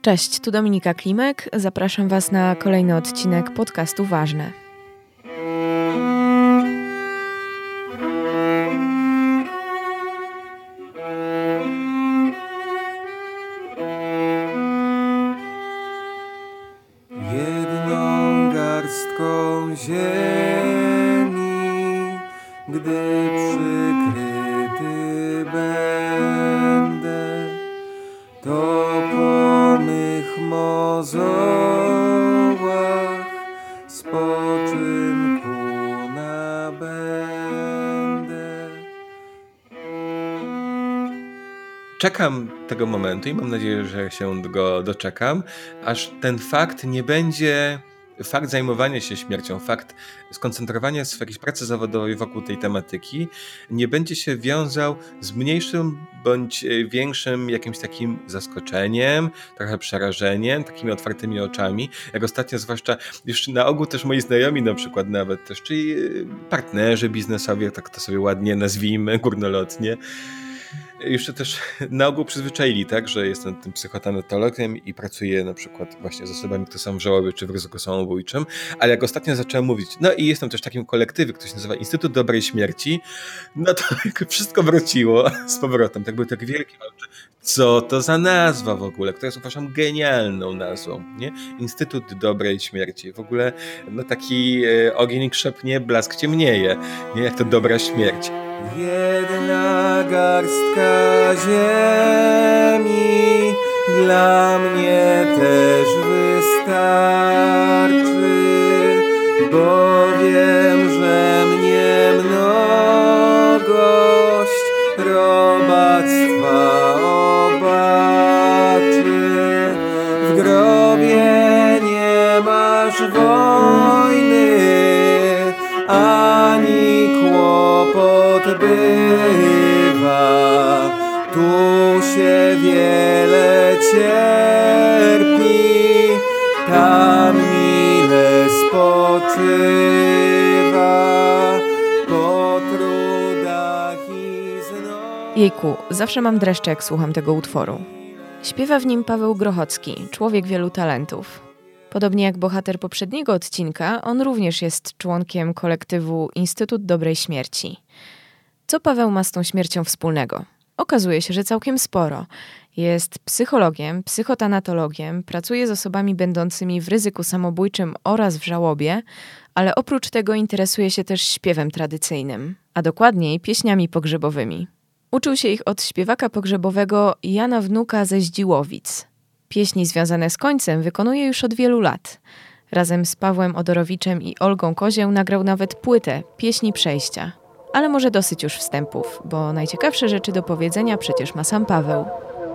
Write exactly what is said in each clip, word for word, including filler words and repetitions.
Cześć, tu Dominika Klimek. Zapraszam Was na kolejny odcinek podcastu Ważne. Jedną garstką ziemi, gdy przykryty będę, to po mych mozołach spoczynku nabędę. Czekam tego momentu i mam nadzieję, że się go doczekam, aż ten fakt nie będzie, fakt zajmowania się śmiercią, fakt skoncentrowania się w jakiejś pracy zawodowej wokół tej tematyki nie będzie się wiązał z mniejszym bądź większym jakimś takim zaskoczeniem, trochę przerażeniem, takimi otwartymi oczami, jak ostatnio zwłaszcza już na ogół też moi znajomi na przykład nawet też, czyli partnerzy biznesowi, tak to sobie ładnie nazwijmy, górnolotnie, jeszcze też na ogół przyzwyczaili, tak, że jestem tym psychotanatologiem i pracuję na przykład właśnie z osobami, które są w żałobie czy w ryzyku samobójczym, ale jak ostatnio zacząłem mówić, no i jestem też w takim kolektywie, który się nazywa Instytut Dobrej Śmierci, no to wszystko wróciło z powrotem, tak były tak wielkie oczy. Co to za nazwa w ogóle, która jest, uważam, genialną nazwą, nie? Instytut Dobrej Śmierci. W ogóle no taki e, ogień krzepnie, blask ciemnieje, nie? Jak to dobra śmierć. Jedna garstka ziemi dla mnie też wystarczy, bo wiem, że mnie mnogość robactwa obaczy. W grobie nie masz wojny, ani kłopot bywa. Tu się wiele cierpi, tam mile spoczywa po trudach i znowu. Jejku, zawsze mam dreszcze, jak słucham tego utworu. Śpiewa w nim Paweł Grochocki, człowiek wielu talentów. Podobnie jak bohater poprzedniego odcinka, on również jest członkiem kolektywu Instytut Dobrej Śmierci. Co Paweł ma z tą śmiercią wspólnego? Okazuje się, że całkiem sporo. Jest psychologiem, psychotanatologiem, pracuje z osobami będącymi w ryzyku samobójczym oraz w żałobie, ale oprócz tego interesuje się też śpiewem tradycyjnym, a dokładniej pieśniami pogrzebowymi. Uczył się ich od śpiewaka pogrzebowego Jana Wnuka ze Zdziłowic. Pieśni związane z końcem wykonuje już od wielu lat. Razem z Pawłem Odorowiczem i Olgą Kozieł nagrał nawet płytę Pieśni Przejścia. Ale może dosyć już wstępów, bo najciekawsze rzeczy do powiedzenia przecież ma sam Paweł.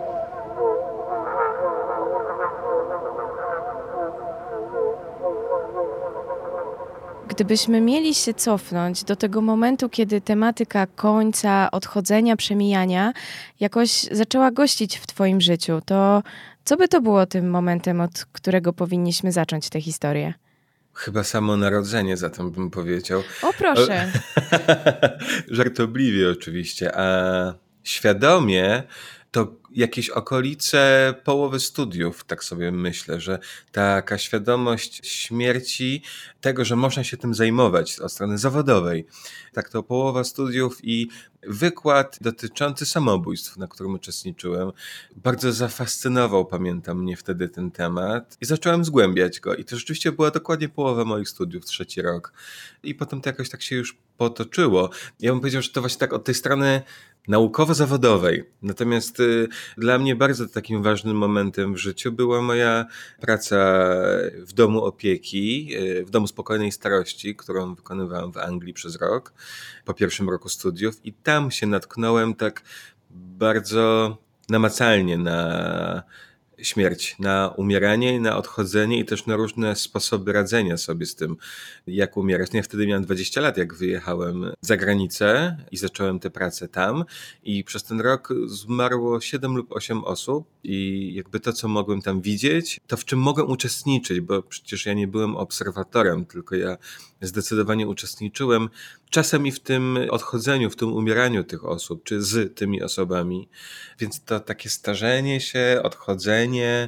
Gdybyśmy mieli się cofnąć do tego momentu, kiedy tematyka końca, odchodzenia, przemijania jakoś zaczęła gościć w Twoim życiu, to co by to było tym momentem, od którego powinniśmy zacząć tę historię? Chyba samo narodzenie, zatem bym powiedział. O, proszę. Żartobliwie oczywiście, a świadomie to jakieś okolice połowy studiów, tak sobie myślę, że taka świadomość śmierci, tego, że można się tym zajmować od strony zawodowej. Tak to połowa studiów i wykład dotyczący samobójstw, na którym uczestniczyłem, bardzo zafascynował, pamiętam mnie wtedy ten temat i zacząłem zgłębiać go. I to rzeczywiście była dokładnie połowa moich studiów, trzeci rok. I potem to jakoś tak się już potoczyło. Ja bym powiedział, że to właśnie tak od tej strony naukowo-zawodowej. Natomiast y, dla mnie bardzo takim ważnym momentem w życiu była moja praca w domu opieki, y, w domu spokojnej starości, którą wykonywałem w Anglii przez rok, po pierwszym roku studiów i tam się natknąłem tak bardzo namacalnie na śmierć, na umieranie i na odchodzenie i też na różne sposoby radzenia sobie z tym, jak umierać. Ja wtedy miałem dwadzieścia lat, jak wyjechałem za granicę i zacząłem tę pracę tam i przez ten rok zmarło siedem lub osiem osób i jakby to, co mogłem tam widzieć, to w czym mogłem uczestniczyć, bo przecież ja nie byłem obserwatorem, tylko ja zdecydowanie uczestniczyłem czasem i w tym odchodzeniu, w tym umieraniu tych osób, czy z tymi osobami. Więc to takie starzenie się, odchodzenie,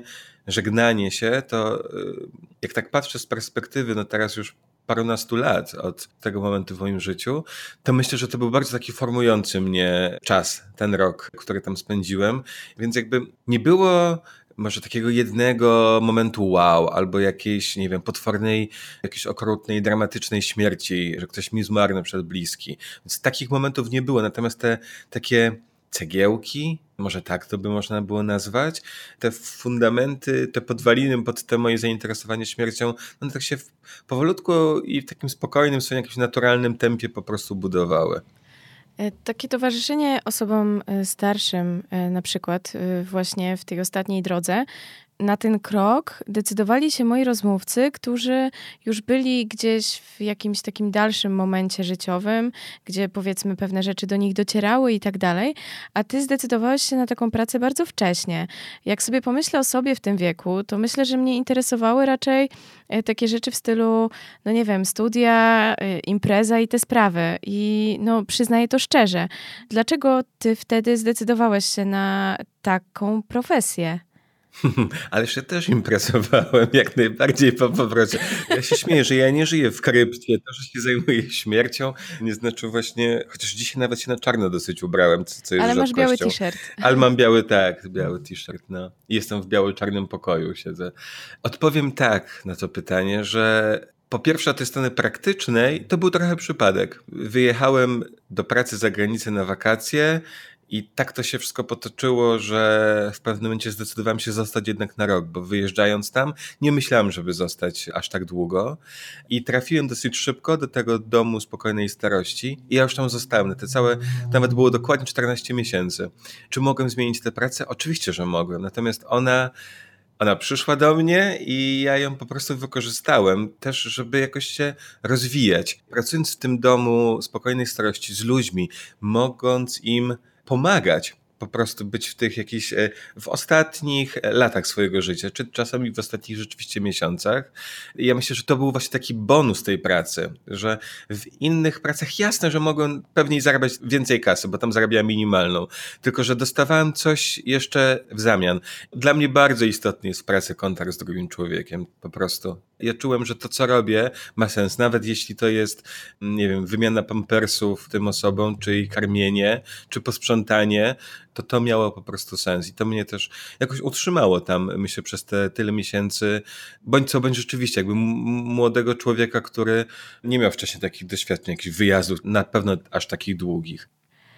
żegnanie się, to jak tak patrzę z perspektywy, no teraz już parunastu lat od tego momentu w moim życiu, to myślę, że to był bardzo taki formujący mnie czas, ten rok, który tam spędziłem, więc jakby nie było może takiego jednego momentu wow, albo jakiejś, nie wiem, potwornej, jakiejś okrutnej, dramatycznej śmierci, że ktoś mi zmarł na przykład bliski. Więc takich momentów nie było, natomiast te takie cegiełki, może tak to by można było nazwać, te fundamenty, te podwaliny pod te moje zainteresowanie śmiercią, one tak się powolutku i w takim spokojnym, swoim jakimś naturalnym tempie po prostu budowały. Takie towarzyszenie osobom starszym, na przykład właśnie w tej ostatniej drodze, na ten krok decydowali się moi rozmówcy, którzy już byli gdzieś w jakimś takim dalszym momencie życiowym, gdzie powiedzmy pewne rzeczy do nich docierały i tak dalej, a ty zdecydowałeś się na taką pracę bardzo wcześnie. Jak sobie pomyślę o sobie w tym wieku, to myślę, że mnie interesowały raczej takie rzeczy w stylu, no nie wiem, studia, impreza i te sprawy. I no przyznaję to szczerze. Dlaczego ty wtedy zdecydowałeś się na taką profesję? Ale się też impresowałem jak najbardziej po powrocie. Ja się śmieję, że ja nie żyję w krypcie. To, że się zajmuję śmiercią, nie znaczy właśnie, chociaż dzisiaj nawet się na czarno dosyć ubrałem, co, co jest Ale masz rzadkością. biały t-shirt. Ale mam biały, tak, biały t-shirt, no. Jestem w biało-czarnym pokoju, siedzę. Odpowiem tak na to pytanie, że po pierwsze, od tej strony praktycznej, to był trochę przypadek. Wyjechałem do pracy za granicę na wakacje i tak to się wszystko potoczyło, że w pewnym momencie zdecydowałem się zostać jednak na rok, bo wyjeżdżając tam nie myślałem, żeby zostać aż tak długo i trafiłem dosyć szybko do tego domu spokojnej starości i ja już tam zostałem na te całe, nawet było dokładnie czternaście miesięcy. Czy mogłem zmienić tę pracę? Oczywiście, że mogłem, natomiast ona Ona przyszła do mnie i ja ją po prostu wykorzystałem też, żeby jakoś się rozwijać. Pracując w tym domu spokojnej starości z ludźmi, mogąc im pomagać, po prostu być w tych jakichś, w ostatnich latach swojego życia, czy czasami w ostatnich rzeczywiście miesiącach. Ja myślę, że to był właśnie taki bonus tej pracy, że w innych pracach jasne, że mogłem pewnie zarabiać więcej kasy, bo tam zarabiałem minimalną, tylko że dostawałem coś jeszcze w zamian. Dla mnie bardzo istotny jest w pracy kontakt z drugim człowiekiem, po prostu. Ja czułem, że to, co robię, ma sens, nawet jeśli to jest, nie wiem, wymiana pampersów tym osobom, czy ich karmienie, czy posprzątanie, to to miało po prostu sens i to mnie też jakoś utrzymało tam, myślę, przez te tyle miesięcy, bądź co bądź rzeczywiście, jakby młodego człowieka, który nie miał wcześniej takich doświadczeń, jakichś wyjazdów, na pewno aż takich długich.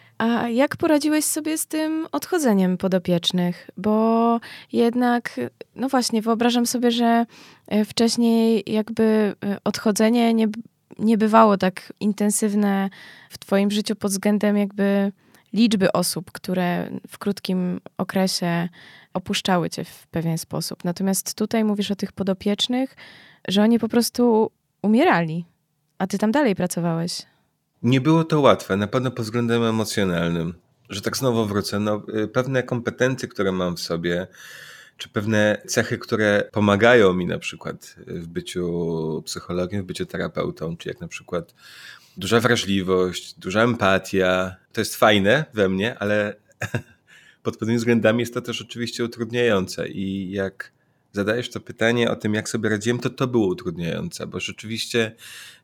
A jak poradziłeś sobie z tym odchodzeniem podopiecznych? Bo jednak, no właśnie, wyobrażam sobie, że wcześniej jakby odchodzenie nie, nie bywało tak intensywne w twoim życiu pod względem jakby liczby osób, które w krótkim okresie opuszczały cię w pewien sposób. Natomiast tutaj mówisz o tych podopiecznych, że oni po prostu umierali, a ty tam dalej pracowałeś. Nie było to łatwe, na pewno pod względem emocjonalnym, że tak znowu wrócę, no, pewne kompetencje, które mam w sobie, czy pewne cechy, które pomagają mi na przykład w byciu psychologiem, w byciu terapeutą, czy jak na przykład duża wrażliwość, duża empatia, to jest fajne we mnie, ale pod pewnymi względami jest to też oczywiście utrudniające i jak zadajesz to pytanie o tym, jak sobie radziłem, to to było utrudniające, bo rzeczywiście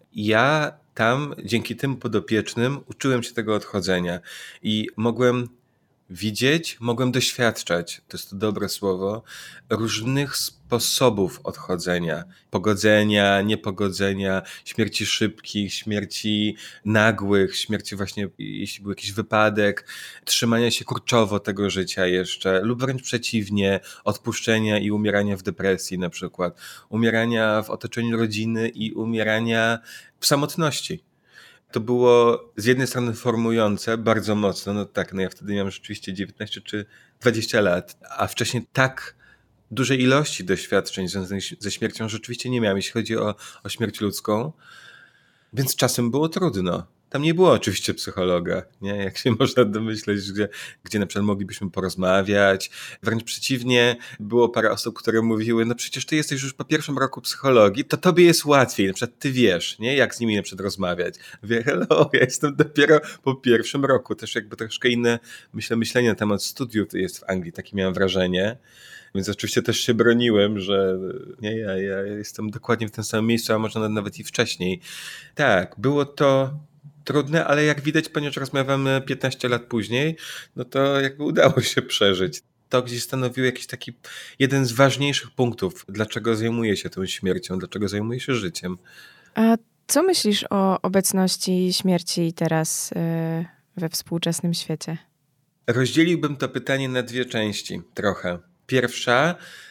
ja tam dzięki tym podopiecznym uczyłem się tego odchodzenia i mogłem widzieć, mogłem doświadczać, to jest to dobre słowo, różnych sposobów odchodzenia, pogodzenia, niepogodzenia, śmierci szybkich, śmierci nagłych, śmierci właśnie, jeśli był jakiś wypadek, trzymania się kurczowo tego życia jeszcze, lub wręcz przeciwnie, odpuszczenia i umierania w depresji na przykład, umierania w otoczeniu rodziny i umierania w samotności. To było z jednej strony formujące bardzo mocno, no tak, no ja wtedy miałem rzeczywiście dziewiętnaście czy dwadzieścia lat, a wcześniej tak dużej ilości doświadczeń związanych ze śmiercią rzeczywiście nie miałem, jeśli chodzi o, o śmierć ludzką, więc czasem było trudno. Tam nie było oczywiście psychologa, nie? Jak się można domyśleć, gdzie, gdzie na przykład moglibyśmy porozmawiać. Wręcz przeciwnie, było parę osób, które mówiły, no przecież ty jesteś już po pierwszym roku psychologii, to tobie jest łatwiej, na przykład ty wiesz, nie? Jak z nimi na przykład rozmawiać. Mówię, hello, ja jestem dopiero po pierwszym roku. Też jakby troszkę inne myślę, myślenie na temat studiów jest w Anglii, takie miałem wrażenie. Więc oczywiście też się broniłem, że nie, ja, ja jestem dokładnie w tym samym miejscu, a może nawet i wcześniej. Tak, było to trudne, ale jak widać, ponieważ rozmawiamy piętnaście lat później, no to jakby udało się przeżyć. To gdzieś stanowił jakiś taki jeden z ważniejszych punktów, dlaczego zajmuję się tą śmiercią, dlaczego zajmuję się życiem. A co myślisz o obecności śmierci teraz yy, we współczesnym świecie? Rozdzieliłbym to pytanie na dwie części trochę. Pierwsza,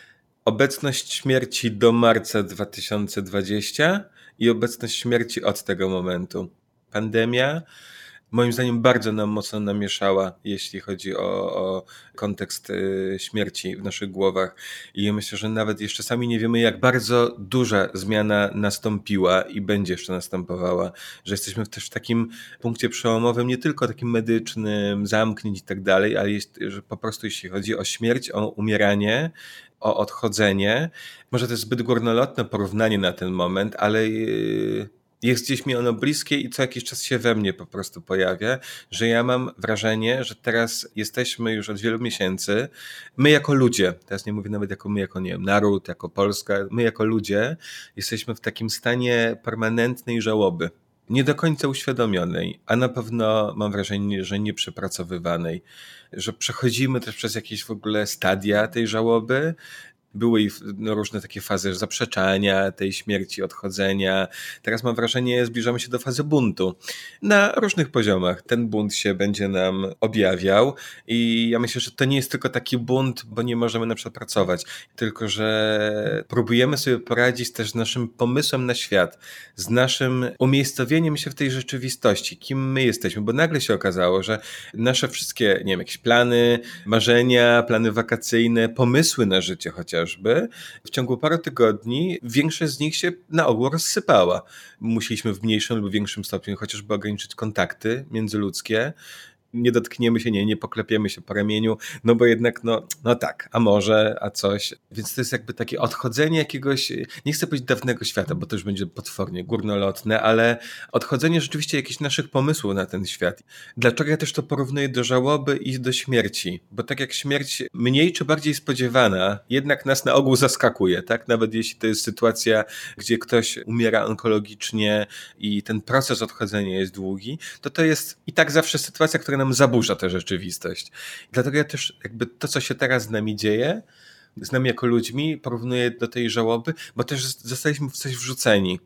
obecność śmierci do marca dwa tysiące dwudziestego i obecność śmierci od tego momentu. Pandemia moim zdaniem bardzo nam mocno namieszała, jeśli chodzi o, o kontekst y, śmierci w naszych głowach. I myślę, że nawet jeszcze sami nie wiemy, jak bardzo duża zmiana nastąpiła i będzie jeszcze następowała. Że jesteśmy też w takim punkcie przełomowym, nie tylko takim medycznym, zamknięć i tak dalej, ale jest, że po prostu jeśli chodzi o śmierć, o umieranie, o odchodzenie. Może to jest zbyt górnolotne porównanie na ten moment, ale yy, jest gdzieś mi ono bliskie i co jakiś czas się we mnie po prostu pojawia, że ja mam wrażenie, że teraz jesteśmy już od wielu miesięcy, my jako ludzie, teraz nie mówię nawet jako my, jako nie wiem, naród, jako Polska, my jako ludzie jesteśmy w takim stanie permanentnej żałoby. Nie do końca uświadomionej, a na pewno mam wrażenie, że nieprzepracowywanej, że przechodzimy też przez jakieś w ogóle stadia tej żałoby. Były i no, różne takie fazy zaprzeczania tej śmierci, odchodzenia. Teraz mam wrażenie, zbliżamy się do fazy buntu. Na różnych poziomach ten bunt się będzie nam objawiał i ja myślę, że to nie jest tylko taki bunt, bo nie możemy na przykład pracować, tylko że próbujemy sobie poradzić też z naszym pomysłem na świat, z naszym umiejscowieniem się w tej rzeczywistości, kim my jesteśmy, bo nagle się okazało, że nasze wszystkie, nie wiem, jakieś plany, marzenia, plany wakacyjne, pomysły na życie chociaż w ciągu paru tygodni większość z nich się na ogół rozsypała. Musieliśmy w mniejszym lub większym stopniu chociażby ograniczyć kontakty międzyludzkie. Nie dotkniemy się, nie, nie poklepiemy się po ramieniu, no bo jednak no, no tak, a może, a coś. Więc to jest jakby takie odchodzenie jakiegoś, nie chcę powiedzieć dawnego świata, bo to już będzie potwornie górnolotne, ale odchodzenie rzeczywiście jakichś naszych pomysłów na ten świat. Dlaczego ja też to porównuję do żałoby i do śmierci? Bo tak jak śmierć mniej czy bardziej spodziewana, jednak nas na ogół zaskakuje, tak? Nawet jeśli to jest sytuacja, gdzie ktoś umiera onkologicznie i ten proces odchodzenia jest długi, to to jest i tak zawsze sytuacja, która nam zaburza tę rzeczywistość. Dlatego ja też jakby to, co się teraz z nami dzieje, z nami jako ludźmi, porównuję do tej żałoby, bo też zostaliśmy w coś wrzuceni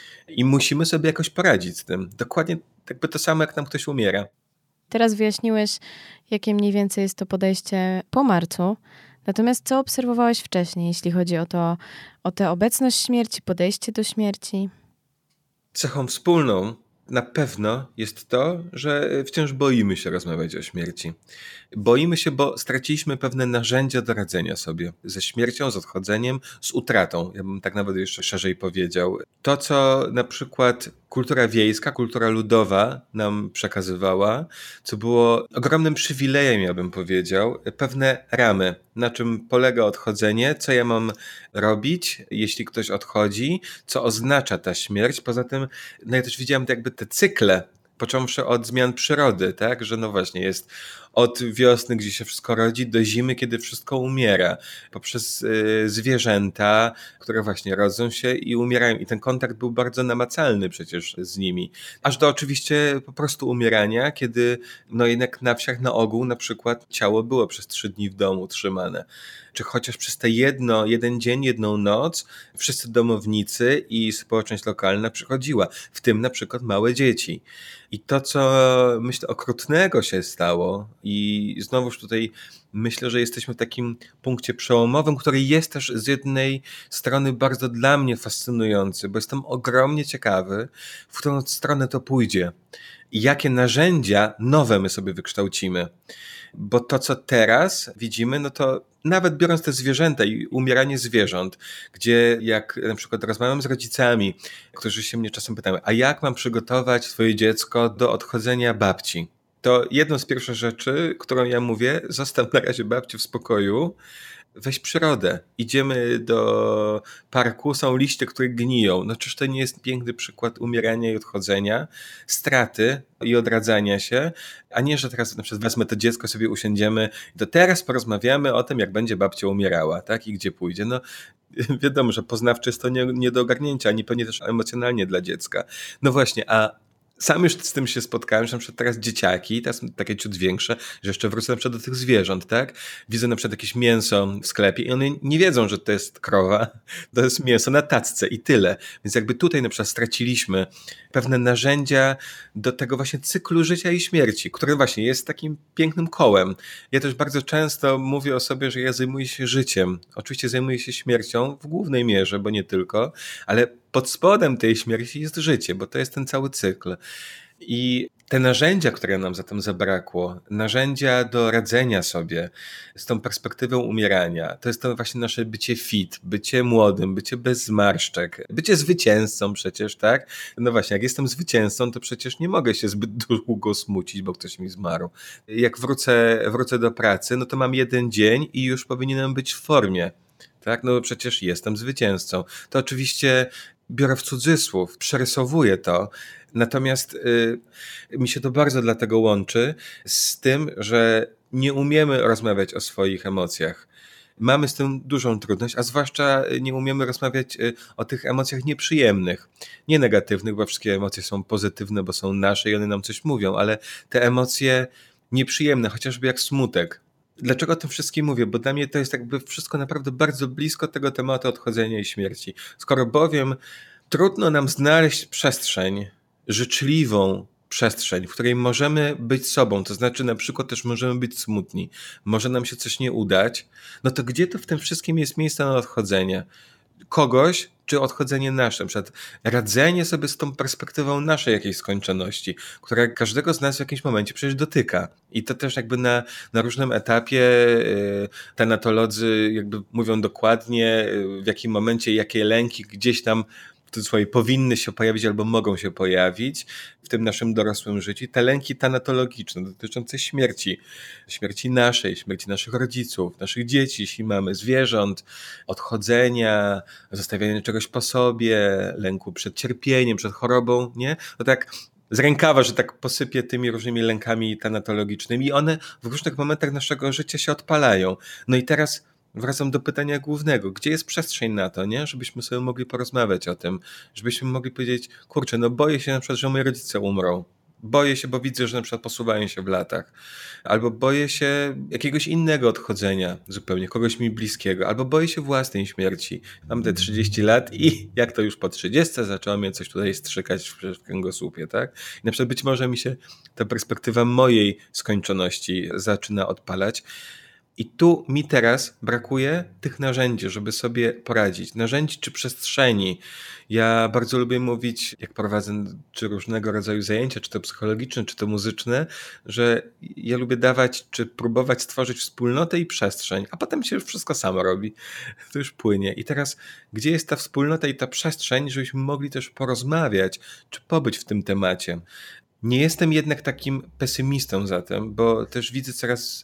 i musimy sobie jakoś poradzić z tym. Dokładnie jakby to samo, jak nam ktoś umiera. Teraz wyjaśniłeś, jakie mniej więcej jest to podejście po marcu. Natomiast co obserwowałeś wcześniej, jeśli chodzi o to, o tę obecność śmierci, podejście do śmierci? Cechą wspólną na pewno jest to, że wciąż boimy się rozmawiać o śmierci. Boimy się, bo straciliśmy pewne narzędzia do radzenia sobie ze śmiercią, z odchodzeniem, z utratą. Ja bym tak nawet jeszcze szerzej powiedział. To, co na przykład kultura wiejska, kultura ludowa nam przekazywała, co było ogromnym przywilejem, ja bym powiedział, pewne ramy, na czym polega odchodzenie, co ja mam robić, jeśli ktoś odchodzi, co oznacza ta śmierć. Poza tym, no ja też widziałem jakby te cykle, począwszy od zmian przyrody, tak, że no właśnie jest od wiosny, gdzie się wszystko rodzi, do zimy, kiedy wszystko umiera, poprzez y, zwierzęta, które właśnie rodzą się i umierają i ten kontakt był bardzo namacalny przecież z nimi, aż do oczywiście po prostu umierania, kiedy no jednak na wsiach na ogół na przykład ciało było przez trzy dni w domu trzymane, czy chociaż przez te jedno, jeden dzień, jedną noc wszyscy domownicy i społeczność lokalna przychodziła, w tym na przykład małe dzieci. I to, co myślę okrutnego się stało i znowuż tutaj myślę, że jesteśmy w takim punkcie przełomowym, który jest też z jednej strony bardzo dla mnie fascynujący, bo jestem ogromnie ciekawy, w którą stronę to pójdzie. i jakie narzędzia nowe my sobie wykształcimy. Bo to, co teraz widzimy, no to nawet biorąc te zwierzęta i umieranie zwierząt, gdzie jak na przykład rozmawiam z rodzicami, którzy się mnie czasem pytają, a jak mam przygotować swoje dziecko do odchodzenia babci? To jedną z pierwszych rzeczy, którą ja mówię, zostaw na razie babcię w spokoju, weź przyrodę. Idziemy do parku, są liście, które gniją. No czyż to nie jest piękny przykład umierania i odchodzenia, straty i odradzania się, a nie, że teraz na przykład wezmę to dziecko, sobie usiądziemy i to teraz porozmawiamy o tym, jak będzie babcia umierała, tak? I gdzie pójdzie. No wiadomo, że poznawczy jest to nie, nie do ogarnięcia, ani pewnie też emocjonalnie dla dziecka. No właśnie, a sam już z tym się spotkałem, że na przykład teraz dzieciaki, teraz takie ciut większe, że jeszcze wrócę na przykład do tych zwierząt, tak? Widzę na przykład jakieś mięso w sklepie i one nie wiedzą, że to jest krowa, to jest mięso na tacce i tyle. Więc jakby tutaj na przykład straciliśmy pewne narzędzia do tego właśnie cyklu życia i śmierci, który właśnie jest takim pięknym kołem. Ja też bardzo często mówię o sobie, że ja zajmuję się życiem. Oczywiście zajmuję się śmiercią w głównej mierze, bo nie tylko, ale pod spodem tej śmierci jest życie, bo to jest ten cały cykl. I te narzędzia, które nam zatem zabrakło, narzędzia do radzenia sobie z tą perspektywą umierania, to jest to właśnie nasze bycie fit, bycie młodym, bycie bez zmarszczek, bycie zwycięzcą przecież, tak? No właśnie, jak jestem zwycięzcą, to przecież nie mogę się zbyt długo smucić, bo ktoś mi zmarł. Jak wrócę, wrócę do pracy, no to mam jeden dzień i już powinienem być w formie. Tak, no bo przecież jestem zwycięzcą. To oczywiście biorę w cudzysłów, przerysowuję to, natomiast y, mi się to bardzo dlatego łączy z tym, że nie umiemy rozmawiać o swoich emocjach. Mamy z tym dużą trudność, a zwłaszcza nie umiemy rozmawiać o tych emocjach nieprzyjemnych, nie negatywnych, bo wszystkie emocje są pozytywne, bo są nasze i one nam coś mówią, ale te emocje nieprzyjemne, chociażby jak smutek. Dlaczego o tym wszystkim mówię? Bo dla mnie to jest jakby wszystko naprawdę bardzo blisko tego tematu odchodzenia i śmierci. Skoro bowiem trudno nam znaleźć przestrzeń, życzliwą przestrzeń, w której możemy być sobą, to znaczy na przykład też możemy być smutni, może nam się coś nie udać, no to gdzie to w tym wszystkim jest miejsce na odchodzenie? Kogoś, czy odchodzenie nasze, na przykład radzenie sobie z tą perspektywą naszej jakiejś skończoności, która każdego z nas w jakimś momencie przecież dotyka. I to też jakby na, na różnym etapie yy, tanatolodzy jakby mówią dokładnie, yy, w jakim momencie, jakie lęki gdzieś tam w cudzysłowie powinny się pojawić albo mogą się pojawić w tym naszym dorosłym życiu. Te lęki tanatologiczne dotyczące śmierci, śmierci naszej, śmierci naszych rodziców, naszych dzieci, jeśli mamy, zwierząt, odchodzenia, zostawiania czegoś po sobie, lęku przed cierpieniem, przed chorobą, nie? No tak z rękawa, że tak posypię tymi różnymi lękami tanatologicznymi i one w różnych momentach naszego życia się odpalają. No i teraz wracam do pytania głównego. Gdzie jest przestrzeń na to, nie? Żebyśmy sobie mogli porozmawiać o tym, żebyśmy mogli powiedzieć, kurczę, no boję się na przykład, że moi rodzice umrą. Boję się, bo widzę, że na przykład posuwają się w latach. Albo boję się jakiegoś innego odchodzenia zupełnie, kogoś mi bliskiego. Albo boję się własnej śmierci. Mam te trzydzieści lat i jak to już po trzydziestce zaczęło mnie coś tutaj strzykać w kręgosłupie, tak? I na przykład być może mi się ta perspektywa mojej skończoności zaczyna odpalać. I tu mi teraz brakuje tych narzędzi, żeby sobie poradzić. Narzędzi czy przestrzeni. Ja bardzo lubię mówić, jak prowadzę czy różnego rodzaju zajęcia, czy to psychologiczne, czy to muzyczne, że ja lubię dawać, czy próbować stworzyć wspólnotę i przestrzeń, a potem się już wszystko samo robi. To już płynie. I teraz, gdzie jest ta wspólnota i ta przestrzeń, żebyśmy mogli też porozmawiać, czy pobyć w tym temacie. Nie jestem jednak takim pesymistą zatem, bo też widzę coraz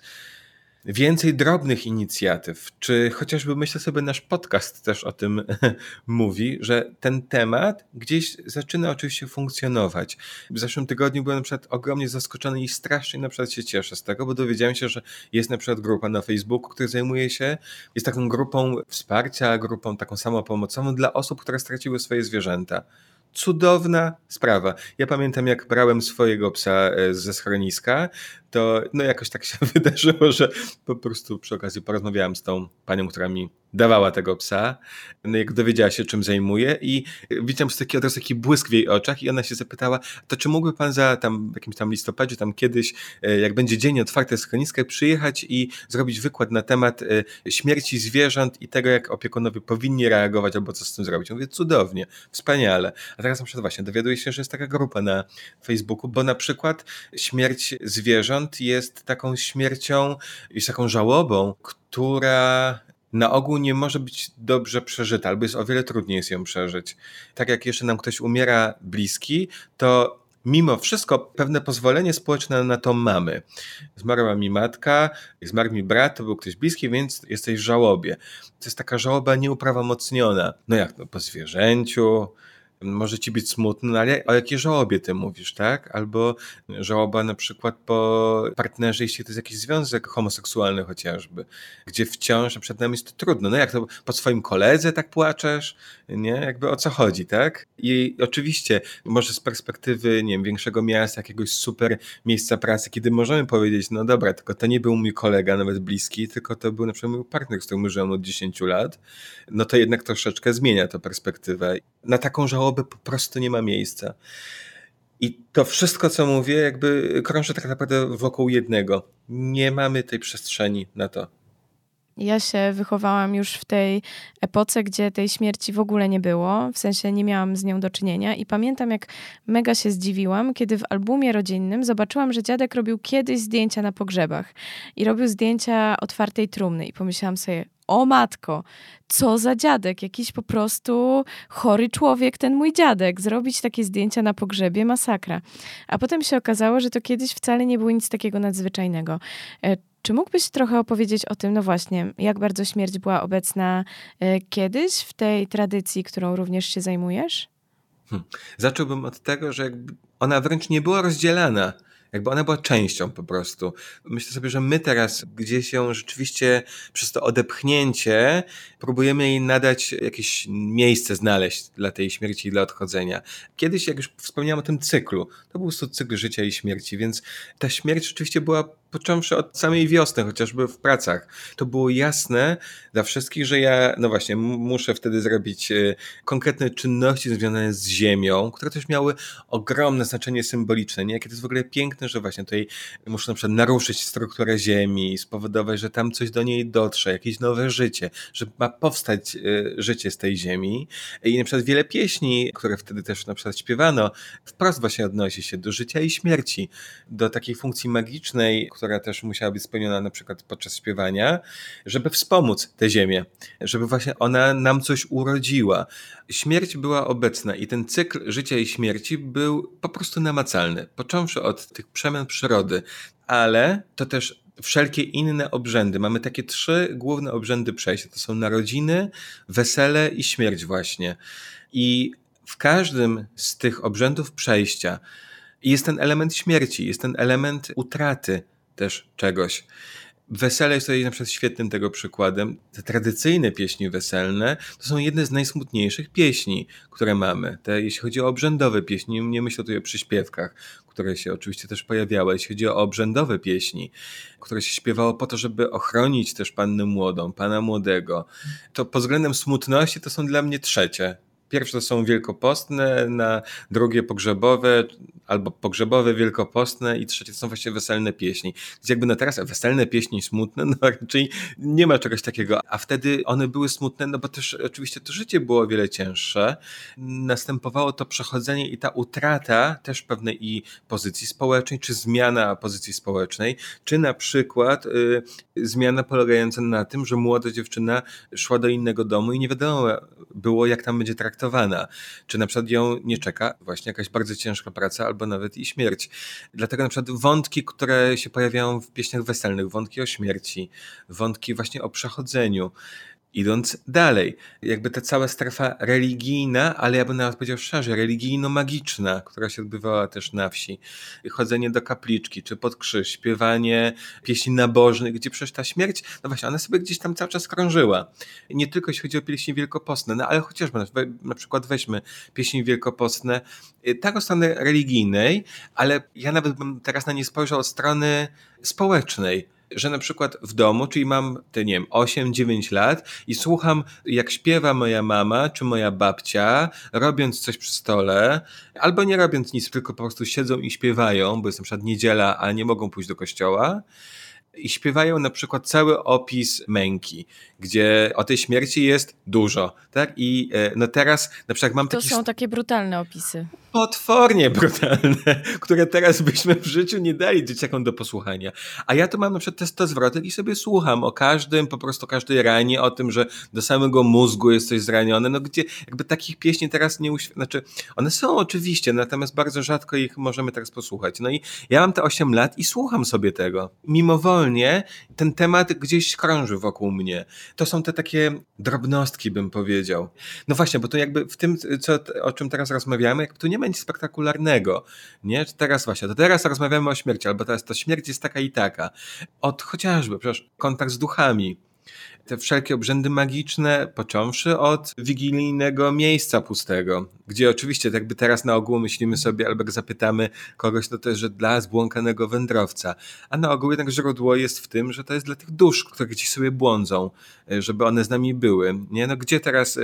więcej drobnych inicjatyw, czy chociażby myślę sobie nasz podcast też o tym mówi, że ten temat gdzieś zaczyna oczywiście funkcjonować. W zeszłym tygodniu byłem na przykład ogromnie zaskoczony i strasznie na przykład się cieszę z tego, bo dowiedziałem się, że jest na przykład grupa na Facebooku, która zajmuje się, jest taką grupą wsparcia, grupą taką samopomocową dla osób, które straciły swoje zwierzęta. Cudowna sprawa. Ja pamiętam, jak brałem swojego psa ze schroniska, to no jakoś tak się wydarzyło, że po prostu przy okazji porozmawiałem z tą panią, która mi dawała tego psa, no jak dowiedziała się, czym zajmuje i widziałem taki od razu taki błysk w jej oczach i ona się zapytała, to czy mógłby pan za tam w jakimś tam listopadzie, tam kiedyś, jak będzie dzień otwarte schroniska, przyjechać i zrobić wykład na temat śmierci zwierząt i tego, jak opiekunowie powinni reagować albo co z tym zrobić. Ja mówię, cudownie, wspaniale. A teraz na przykład właśnie dowiaduję się, że jest taka grupa na Facebooku, bo na przykład śmierć zwierząt jest taką śmiercią, jest taką żałobą, która na ogół nie może być dobrze przeżyta, albo jest o wiele trudniej jest ją przeżyć. Tak jak jeszcze nam ktoś umiera bliski, to mimo wszystko pewne pozwolenie społeczne na to mamy. Zmarła mi matka, zmarł mi brat, to był ktoś bliski, więc jesteś w żałobie. To jest taka żałoba nieuprawomocniona. No jak, no po zwierzęciu, może ci być smutno, no ale o jakiej żałobie ty mówisz, tak? Albo żałoba na przykład po partnerze, jeśli to jest jakiś związek homoseksualny chociażby, gdzie wciąż przed nami jest to trudno. No jak to po swoim koledze tak płaczesz? Nie? Jakby o co chodzi, tak? I oczywiście może z perspektywy, nie wiem, większego miasta, jakiegoś super miejsca pracy, kiedy możemy powiedzieć, no dobra, tylko to nie był mój kolega, nawet bliski, tylko to był na przykład mój partner, z którym żyłem od dziesięciu lat, no to jednak troszeczkę zmienia to perspektywę. Na taką żałobę po prostu nie ma miejsca. I to wszystko, co mówię, jakby krąży tak naprawdę wokół jednego. Nie mamy tej przestrzeni na to. Ja się wychowałam już w tej epoce, gdzie tej śmierci w ogóle nie było, w sensie nie miałam z nią do czynienia i pamiętam, jak mega się zdziwiłam, kiedy w albumie rodzinnym zobaczyłam, że dziadek robił kiedyś zdjęcia na pogrzebach i robił zdjęcia otwartej trumny i pomyślałam sobie, o matko, co za dziadek, jakiś po prostu chory człowiek ten mój dziadek, zrobić takie zdjęcia na pogrzebie, masakra. A potem się okazało, że to kiedyś wcale nie było nic takiego nadzwyczajnego. Czy mógłbyś trochę opowiedzieć o tym, no właśnie, jak bardzo śmierć była obecna kiedyś w tej tradycji, którą również się zajmujesz? Hmm. Zacząłbym od tego, że jakby ona wręcz nie była rozdzielana. Jakby ona była częścią po prostu. Myślę sobie, że my teraz gdzieś ją rzeczywiście przez to odepchnięcie próbujemy jej nadać jakieś miejsce znaleźć dla tej śmierci i dla odchodzenia. Kiedyś, jak już wspomniałem o tym cyklu, to był po prostu cykl życia i śmierci, więc ta śmierć rzeczywiście była począwszy od samej wiosny, chociażby w pracach. To było jasne dla wszystkich, że ja, no właśnie, m- muszę wtedy zrobić y, konkretne czynności związane z ziemią, które też miały ogromne znaczenie symboliczne, nie? Jakie to jest w ogóle piękne, że właśnie tutaj muszę na przykład naruszyć strukturę ziemi, spowodować, że tam coś do niej dotrze, jakieś nowe życie, że ma powstać y, życie z tej ziemi. I na przykład wiele pieśni, które wtedy też na przykład śpiewano, wprost właśnie odnosi się do życia i śmierci, do takiej funkcji magicznej, która też musiała być spełniona na przykład podczas śpiewania, żeby wspomóc tę ziemię, żeby właśnie ona nam coś urodziła. Śmierć była obecna i ten cykl życia i śmierci był po prostu namacalny, począwszy od tych przemian przyrody, ale to też wszelkie inne obrzędy. Mamy takie trzy główne obrzędy przejścia. To są narodziny, wesele i śmierć właśnie. I w każdym z tych obrzędów przejścia jest ten element śmierci, jest ten element utraty też czegoś. Wesele jest tutaj na przykład świetnym tego przykładem. Te tradycyjne pieśni weselne to są jedne z najsmutniejszych pieśni, które mamy. Te, jeśli chodzi o obrzędowe pieśni, nie myślę tutaj o przyśpiewkach, które się oczywiście też pojawiały. Jeśli chodzi o obrzędowe pieśni, które się śpiewało po to, żeby ochronić też pannę młodą, pana młodego, to pod względem smutności to są dla mnie trzecie. Pierwsze to są wielkopostne, na drugie pogrzebowe, albo pogrzebowe, wielkopostne i trzecie to są właśnie weselne pieśni. Więc jakby no teraz weselne pieśni smutne, no raczej nie ma czegoś takiego. A wtedy one były smutne, no bo też oczywiście to życie było o wiele cięższe. Następowało to przechodzenie i ta utrata też pewnej i pozycji społecznej, czy zmiana pozycji społecznej, czy na przykład y, zmiana polegająca na tym, że młoda dziewczyna szła do innego domu i nie wiadomo było, jak tam będzie traktowana. Czy na przykład ją nie czeka właśnie jakaś bardzo ciężka praca, albo nawet i śmierć. Dlatego na przykład wątki, które się pojawiają w pieśniach weselnych, wątki o śmierci, wątki właśnie o przechodzeniu, Idąc dalej, jakby ta cała strefa religijna, ale ja bym nawet powiedział szerzej, religijno-magiczna, która się odbywała też na wsi. Chodzenie do kapliczki, czy pod krzyż, śpiewanie pieśni nabożnych, gdzie przecież ta śmierć, no właśnie, ona sobie gdzieś tam cały czas krążyła. Nie tylko jeśli chodzi o pieśni wielkopostne, no ale chociażby na przykład weźmy pieśni wielkopostne, tak od strony religijnej, ale ja nawet bym teraz na nie spojrzał od strony społecznej, że na przykład w domu, czyli mam te, nie wiem, osiem dziewięć lat i słucham, jak śpiewa moja mama czy moja babcia, robiąc coś przy stole, albo nie robiąc nic, tylko po prostu siedzą i śpiewają, bo jest na przykład niedziela, a nie mogą pójść do kościoła, i śpiewają na przykład cały opis męki, gdzie o tej śmierci jest dużo, tak? I no teraz na przykład mam to taki... To są takie brutalne opisy. Potwornie brutalne, które teraz byśmy w życiu nie dali dzieciakom do posłuchania. A ja to mam na przykład testozwrotek i sobie słucham o każdym, po prostu każdej ranie, o tym, że do samego mózgu jest coś zranione, no gdzie jakby takich pieśni teraz nie uświadczam, znaczy one są oczywiście, natomiast bardzo rzadko ich możemy teraz posłuchać. No i ja mam te osiem lat i słucham sobie tego. Mimowolnie ten temat gdzieś krąży wokół mnie. To są te takie drobnostki, bym powiedział. No właśnie, bo to jakby w tym, co, o czym teraz rozmawiamy, jakby tu nie ma nic spektakularnego, nie? Teraz właśnie, to teraz rozmawiamy o śmierci, albo teraz to śmierć jest taka i taka. Od chociażby, przecież kontakt z duchami, te wszelkie obrzędy magiczne, począwszy od wigilijnego miejsca pustego, gdzie oczywiście jakby teraz na ogół myślimy sobie, albo jak zapytamy kogoś, no to jest, że dla zbłąkanego wędrowca, a na ogół jednak źródło jest w tym, że to jest dla tych dusz, które gdzieś sobie błądzą, żeby one z nami były, nie? No gdzie teraz...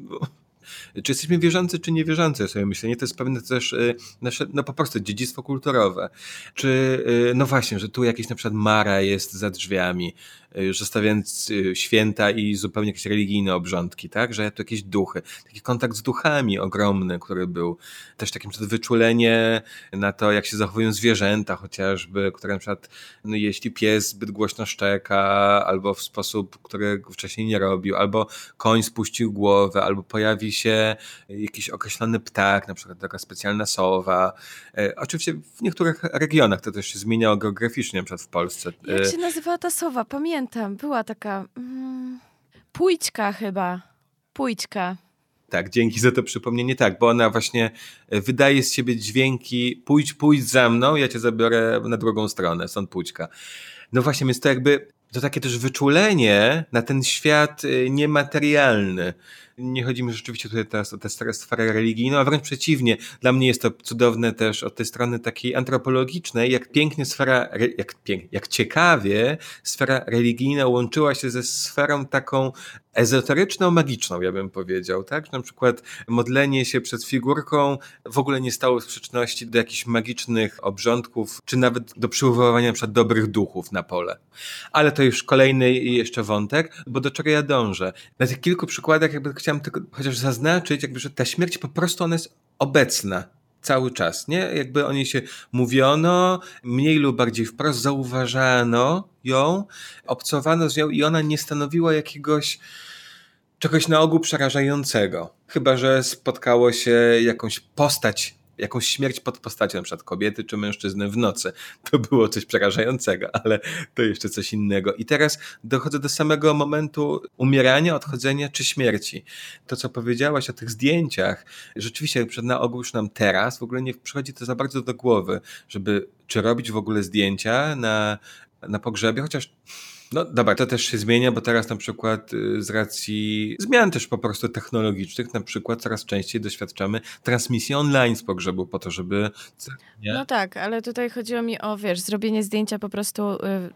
Czy jesteśmy wierzący, czy niewierzący, sobie myślę. Nie, to jest pewne też nasze, no po prostu dziedzictwo kulturowe. Czy, no właśnie, że tu jakieś na przykład Mara jest za drzwiami, już zostawiając święta i zupełnie jakieś religijne obrządki, tak? Że tu jakieś duchy. Taki kontakt z duchami ogromny, który był. Też takie wyczulenie na to, jak się zachowują zwierzęta chociażby, które na przykład, no jeśli pies zbyt głośno szczeka, albo w sposób, który wcześniej nie robił, albo koń spuścił głowę, albo pojawi się jakiś określony ptak, na przykład taka specjalna sowa. E, oczywiście w niektórych regionach to też się zmieniało geograficznie, na przykład w Polsce. Jak się nazywała ta sowa? Pamiętam, była taka mm, Pójdźka chyba. Pójdźka. Tak, dzięki za to przypomnienie. Tak, bo ona właśnie wydaje z siebie dźwięki pójdź, pójdź za mną, ja cię zabiorę na drugą stronę, stąd Pójdźka. No właśnie, więc to jakby to takie też wyczulenie na ten świat niematerialny. Nie chodzi mi rzeczywiście tutaj teraz o tę sferę religijną, a wręcz przeciwnie. Dla mnie jest to cudowne też od tej strony takiej antropologicznej, jak pięknie sfera, jak, pięk, jak ciekawie sfera religijna łączyła się ze sferą taką ezoteryczną, magiczną, ja bym powiedział, tak? Że na przykład modlenie się przed figurką w ogóle nie stało w sprzeczności do jakichś magicznych obrządków, czy nawet do przywoływania na przykład dobrych duchów na pole. Ale to już kolejny jeszcze wątek, bo do czego ja dążę. Na tych kilku przykładach jakby chciałem tylko chociaż zaznaczyć, jakby, że ta śmierć po prostu ona jest obecna cały czas, nie? Jakby o niej się mówiono, mniej lub bardziej wprost zauważano ją, obcowano z nią i ona nie stanowiła jakiegoś czegoś na ogół przerażającego. Chyba że spotkało się jakąś postać, jakąś śmierć pod postacią, na przykład kobiety czy mężczyzny w nocy. To było coś przerażającego, ale to jeszcze coś innego. I teraz dochodzę do samego momentu umierania, odchodzenia czy śmierci. To, co powiedziałaś o tych zdjęciach, rzeczywiście na ogół już nam teraz w ogóle nie przychodzi to za bardzo do głowy, żeby czy robić w ogóle zdjęcia na, na pogrzebie, chociaż no dobra, to też się zmienia, bo teraz na przykład z racji zmian też po prostu technologicznych, na przykład coraz częściej doświadczamy transmisji online z pogrzebu po to, żeby... Nie? No tak, ale tutaj chodziło mi o, wiesz, zrobienie zdjęcia po prostu y,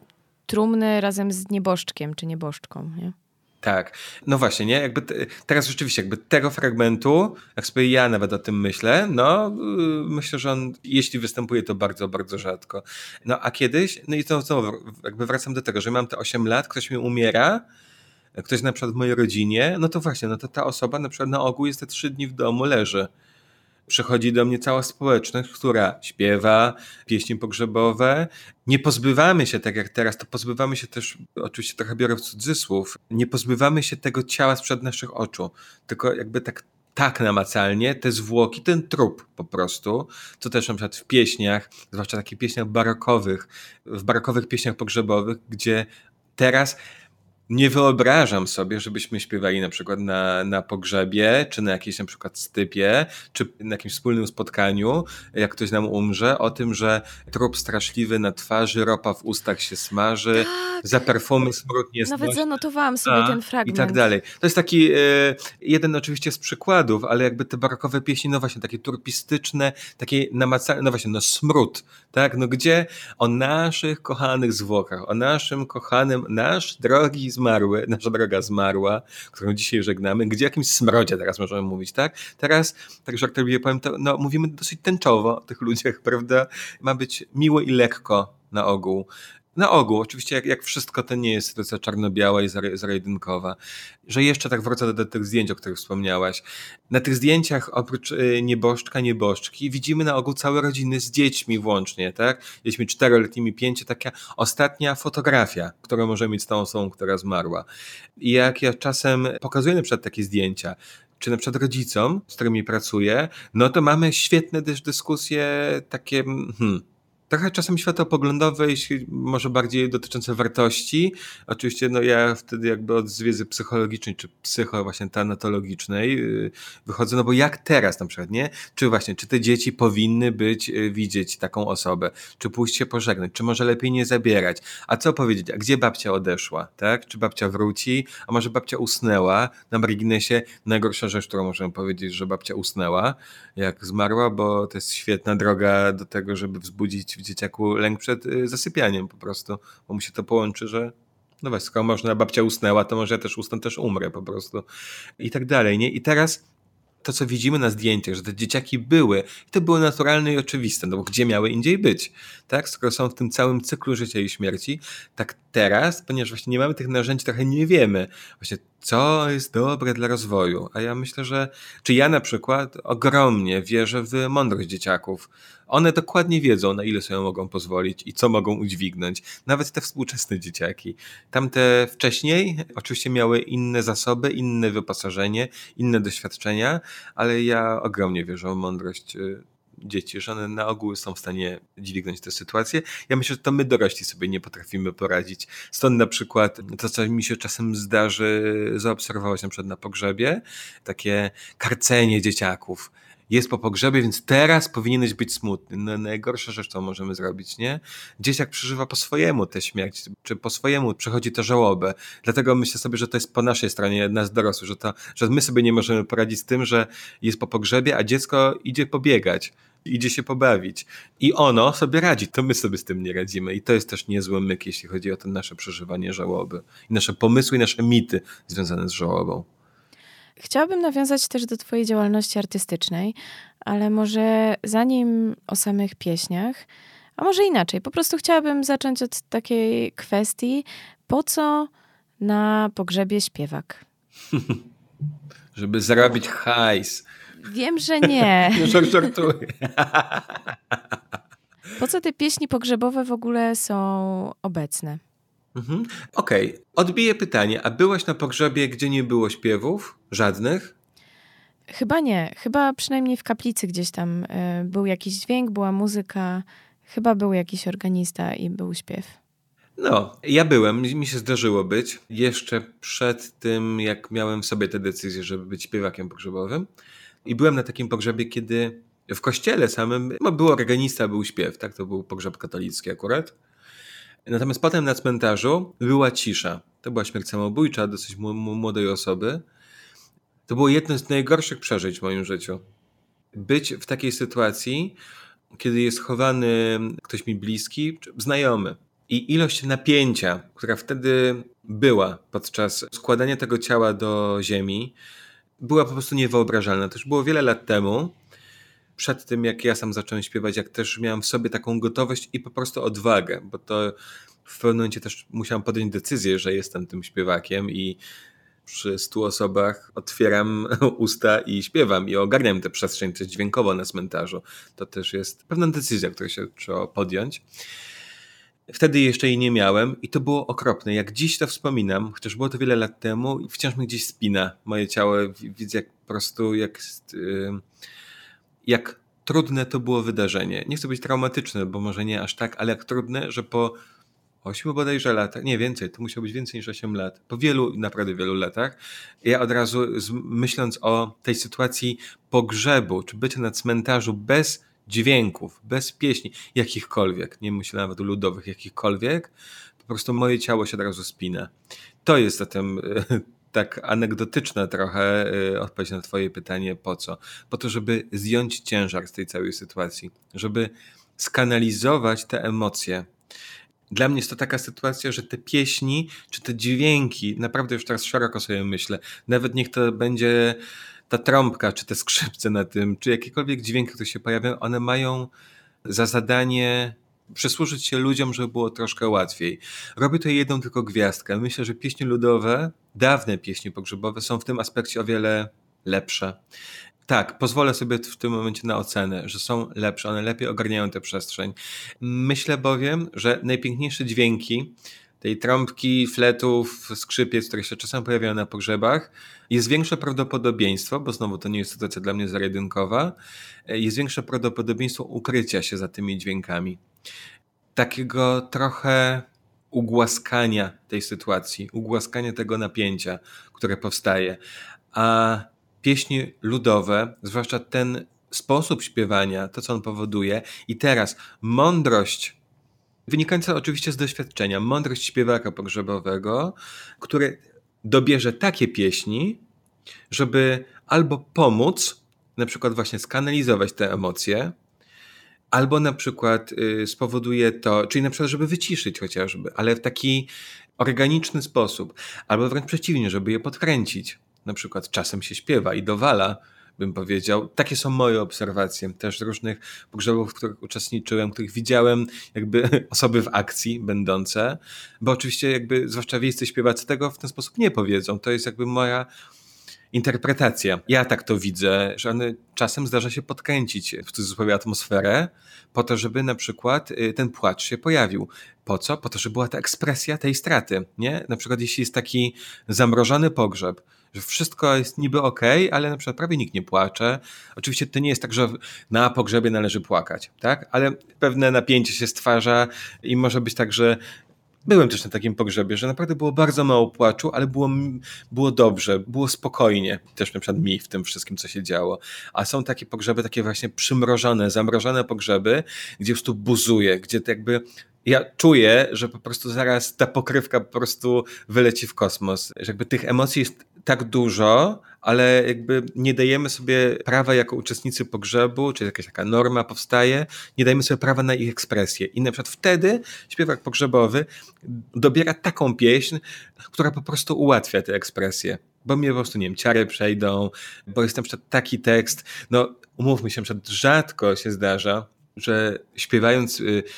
trumny razem z nieboszczkiem czy nieboszczką, nie? Tak, no właśnie, nie? Jakby te, teraz rzeczywiście jakby tego fragmentu, jak sobie ja nawet o tym myślę, no yy, myślę, że on, jeśli występuje, to bardzo, bardzo rzadko. No a kiedyś, no i to znowu jakby wracam do tego, że mam te osiem lat, ktoś mi umiera, ktoś na przykład w mojej rodzinie, no to właśnie, no to ta osoba na przykład na ogół jest te trzy dni w domu, leży. Przychodzi do mnie cała społeczność, która śpiewa pieśni pogrzebowe. Nie pozbywamy się, tak jak teraz, to pozbywamy się też, oczywiście trochę biorę w cudzysłów, nie pozbywamy się tego ciała sprzed naszych oczu, tylko jakby tak, tak namacalnie, te zwłoki, ten trup po prostu, co też na przykład w pieśniach, zwłaszcza takich pieśniach barokowych, w barokowych pieśniach pogrzebowych, gdzie teraz Nie wyobrażam sobie, żebyśmy śpiewali na przykład na, na pogrzebie, czy na jakiejś na przykład stypie, czy na jakimś wspólnym spotkaniu, jak ktoś nam umrze, o tym, że trup straszliwy na twarzy, ropa w ustach się smaży, Tak, za perfumy smród nawet nieznośny, zanotowałam sobie a, ten i tak fragment. dalej. To jest taki e, jeden oczywiście z przykładów, ale jakby te barokowe pieśni, no właśnie takie turpistyczne, takie namacalne, no właśnie, no smród, tak, no gdzie o naszych kochanych zwłokach, o naszym kochanym, nasz drogi zmarły, nasza droga zmarła, którą dzisiaj żegnamy, gdzie o jakimś smrodzie teraz możemy mówić, tak? Teraz, tak żartobliwie powiem, to, no mówimy dosyć tęczowo o tych ludziach, prawda? Ma być miło i lekko na ogół. Na ogół, oczywiście jak, jak wszystko to nie jest sytuacja czarno-biała i zero-jedynkowa. Że jeszcze tak wrócę do, do tych zdjęć, o których wspomniałaś. Na tych zdjęciach oprócz y, nieboszczka, nieboszczki widzimy na ogół całe rodziny z dziećmi włącznie, tak? Dziećmi czteroletnimi, pięcio, taka ostatnia fotografia, którą możemy mieć z tą osobą, która zmarła. I jak ja czasem pokazuję na przykład takie zdjęcia, czy na przykład rodzicom, z którymi pracuję, no to mamy świetne też dyskusje takie, hmm, trochę czasem światopoglądowe, jeśli może bardziej dotyczące wartości. Oczywiście no ja wtedy jakby od wiedzy psychologicznej, czy psycho właśnie tanatologicznej yy, wychodzę, no bo jak teraz na przykład, nie? Czy właśnie, czy te dzieci powinny być, yy, widzieć taką osobę? Czy pójść się pożegnać? Czy może lepiej nie zabierać? A co powiedzieć? A gdzie babcia odeszła? Tak? Czy babcia wróci? A może babcia usnęła? Na marginesie najgorsza rzecz, którą możemy powiedzieć, że babcia usnęła, jak zmarła, bo to jest świetna droga do tego, żeby wzbudzić w dzieciaku lęk przed y, zasypianiem po prostu, bo mu się to połączy, że no właśnie, skoro można, babcia usnęła, to może ja też usnę, też umrę po prostu i tak dalej, nie? I teraz to, co widzimy na zdjęciach, że te dzieciaki były, i to było naturalne i oczywiste, no bo gdzie miały indziej być, tak? Skoro są w tym całym cyklu życia i śmierci, tak teraz, ponieważ właśnie nie mamy tych narzędzi, trochę nie wiemy właśnie, co jest dobre dla rozwoju. A ja myślę, że, czy ja na przykład ogromnie wierzę w mądrość dzieciaków. One dokładnie wiedzą, na ile sobie mogą pozwolić i co mogą udźwignąć. Nawet te współczesne dzieciaki. Tamte wcześniej oczywiście miały inne zasoby, inne wyposażenie, inne doświadczenia, ale ja ogromnie wierzę w mądrość dzieci, że one na ogół są w stanie dźwignąć tę sytuację. Ja myślę, że to my dorośli sobie nie potrafimy poradzić. Stąd na przykład to, co mi się czasem zdarzy zaobserwować na przykład na pogrzebie, takie karcenie dzieciaków. Jest po pogrzebie, więc teraz powinieneś być smutny. No, najgorsza rzecz, co możemy zrobić, nie? Dzieciak przeżywa po swojemu tę śmierć, czy po swojemu przechodzi tę żałobę. Dlatego myślę sobie, że to jest po naszej stronie, nas dorosłych, że, to, że my sobie nie możemy poradzić z tym, że jest po pogrzebie, a dziecko idzie pobiegać, idzie się pobawić. I ono sobie radzi, to my sobie z tym nie radzimy. I to jest też niezły myk, jeśli chodzi o to nasze przeżywanie żałoby. I nasze pomysły, i nasze mity związane z żałobą. Chciałabym nawiązać też do twojej działalności artystycznej, ale może zanim o samych pieśniach, a może inaczej, po prostu chciałabym zacząć od takiej kwestii, po co na pogrzebie śpiewak? Żeby zarobić hajs. Wiem, że nie. Nie żartuję. Po co te pieśni pogrzebowe w ogóle są obecne? Mhm. Okej, okay. Odbiję pytanie. A byłaś na pogrzebie, gdzie nie było śpiewów? Żadnych? Chyba nie. Chyba przynajmniej w kaplicy gdzieś tam y, był jakiś dźwięk, była muzyka. Chyba był jakiś organista i był śpiew. No, ja byłem. Mi się zdarzyło być. Jeszcze przed tym, jak miałem w sobie tę decyzję, żeby być śpiewakiem pogrzebowym. I byłem na takim pogrzebie, kiedy w kościele samym no, był organista, był śpiew. Tak, to był pogrzeb katolicki akurat. Natomiast potem na cmentarzu była cisza. To była śmierć samobójcza dosyć młodej osoby. To było jedno z najgorszych przeżyć w moim życiu. Być w takiej sytuacji, kiedy jest chowany ktoś mi bliski, znajomy. I ilość napięcia, która wtedy była podczas składania tego ciała do ziemi, była po prostu niewyobrażalna. To już było wiele lat temu. Przed tym, jak ja sam zacząłem śpiewać, jak też miałem w sobie taką gotowość i po prostu odwagę, bo to w pewnym momencie też musiałem podjąć decyzję, że jestem tym śpiewakiem i przy stu osobach otwieram usta i śpiewam i ogarniam tę przestrzeń też dźwiękowo na cmentarzu. To też jest pewna decyzja, którą się trzeba podjąć. Wtedy jeszcze jej nie miałem i to było okropne. Jak dziś to wspominam, chociaż było to wiele lat temu, wciąż mi gdzieś spina moje ciało. Widzę jak po prostu, jak, jak trudne to było wydarzenie. Nie chcę być traumatyczny, bo może nie aż tak, ale jak trudne, że po ośmiu bodajże latach, nie więcej, to musiało być więcej niż osiem lat, po wielu, naprawdę wielu latach, ja od razu z, myśląc o tej sytuacji pogrzebu, czy bycia na cmentarzu bez dźwięków, bez pieśni, jakichkolwiek, nie myślę nawet o ludowych, jakichkolwiek, po prostu moje ciało się od razu spina. To jest zatem tak anegdotyczna trochę odpowiedź na twoje pytanie, po co? Po to, żeby zdjąć ciężar z tej całej sytuacji, żeby skanalizować te emocje. Dla mnie jest to taka sytuacja, że te pieśni, czy te dźwięki, naprawdę już teraz szeroko sobie myślę, nawet niech to będzie ta trąbka, czy te skrzypce na tym, czy jakiekolwiek dźwięki, które się pojawiają, one mają za zadanie przysłużyć się ludziom, żeby było troszkę łatwiej. Robię tutaj jedną tylko gwiazdkę. Myślę, że pieśni ludowe, dawne pieśni pogrzebowe są w tym aspekcie o wiele lepsze. Tak, pozwolę sobie w tym momencie na ocenę, że są lepsze, one lepiej ogarniają tę przestrzeń. Myślę bowiem, że najpiękniejsze dźwięki tej trąbki, fletów, skrzypiec, które się czasem pojawiają na pogrzebach, jest większe prawdopodobieństwo, bo znowu to nie jest sytuacja dla mnie zero-jedynkowa, jest większe prawdopodobieństwo ukrycia się za tymi dźwiękami. Takiego trochę ugłaskania tej sytuacji, ugłaskania tego napięcia, które powstaje. A pieśni ludowe, zwłaszcza ten sposób śpiewania, to co on powoduje i teraz mądrość, wynikająca oczywiście z doświadczenia, mądrość śpiewaka pogrzebowego, który dobierze takie pieśni, żeby albo pomóc, na przykład właśnie skanalizować te emocje, albo na przykład y, spowoduje to, czyli na przykład, żeby wyciszyć chociażby, ale w taki organiczny sposób, albo wręcz przeciwnie, żeby je podkręcić. Na przykład czasem się śpiewa i dowala, bym powiedział. Takie są moje obserwacje też z różnych pogrzebów, w których uczestniczyłem, których widziałem jakby osoby w akcji będące, bo oczywiście jakby zwłaszcza wiejscy śpiewacy tego w ten sposób nie powiedzą. To jest jakby moja interpretacja. Ja tak to widzę, że one czasem zdarza się podkręcić w cudzysłowie atmosferę po to, żeby na przykład ten płacz się pojawił. Po co? Po to, żeby była ta ekspresja tej straty, nie? Na przykład jeśli jest taki zamrożony pogrzeb, że wszystko jest niby okej, ale na przykład prawie nikt nie płacze. Oczywiście to nie jest tak, że na pogrzebie należy płakać, tak? Ale pewne napięcie się stwarza i może być tak, że byłem też na takim pogrzebie, że naprawdę było bardzo mało płaczu, ale było, było dobrze, było spokojnie. Też na przykład mi w tym wszystkim, co się działo. A są takie pogrzeby, takie właśnie przymrożone, zamrożone pogrzeby, gdzie po prostu buzuje, gdzie to jakby ja czuję, że po prostu zaraz ta pokrywka po prostu wyleci w kosmos. Że jakby tych emocji jest tak dużo, ale jakby nie dajemy sobie prawa jako uczestnicy pogrzebu, czy jakaś taka norma powstaje, nie dajemy sobie prawa na ich ekspresję. I na przykład wtedy śpiewak pogrzebowy dobiera taką pieśń, która po prostu ułatwia tę ekspresję. Bo mnie po prostu, nie wiem, ciary przejdą, bo jest na przykład taki tekst, no umówmy się, na przykład rzadko się zdarza, że śpiewając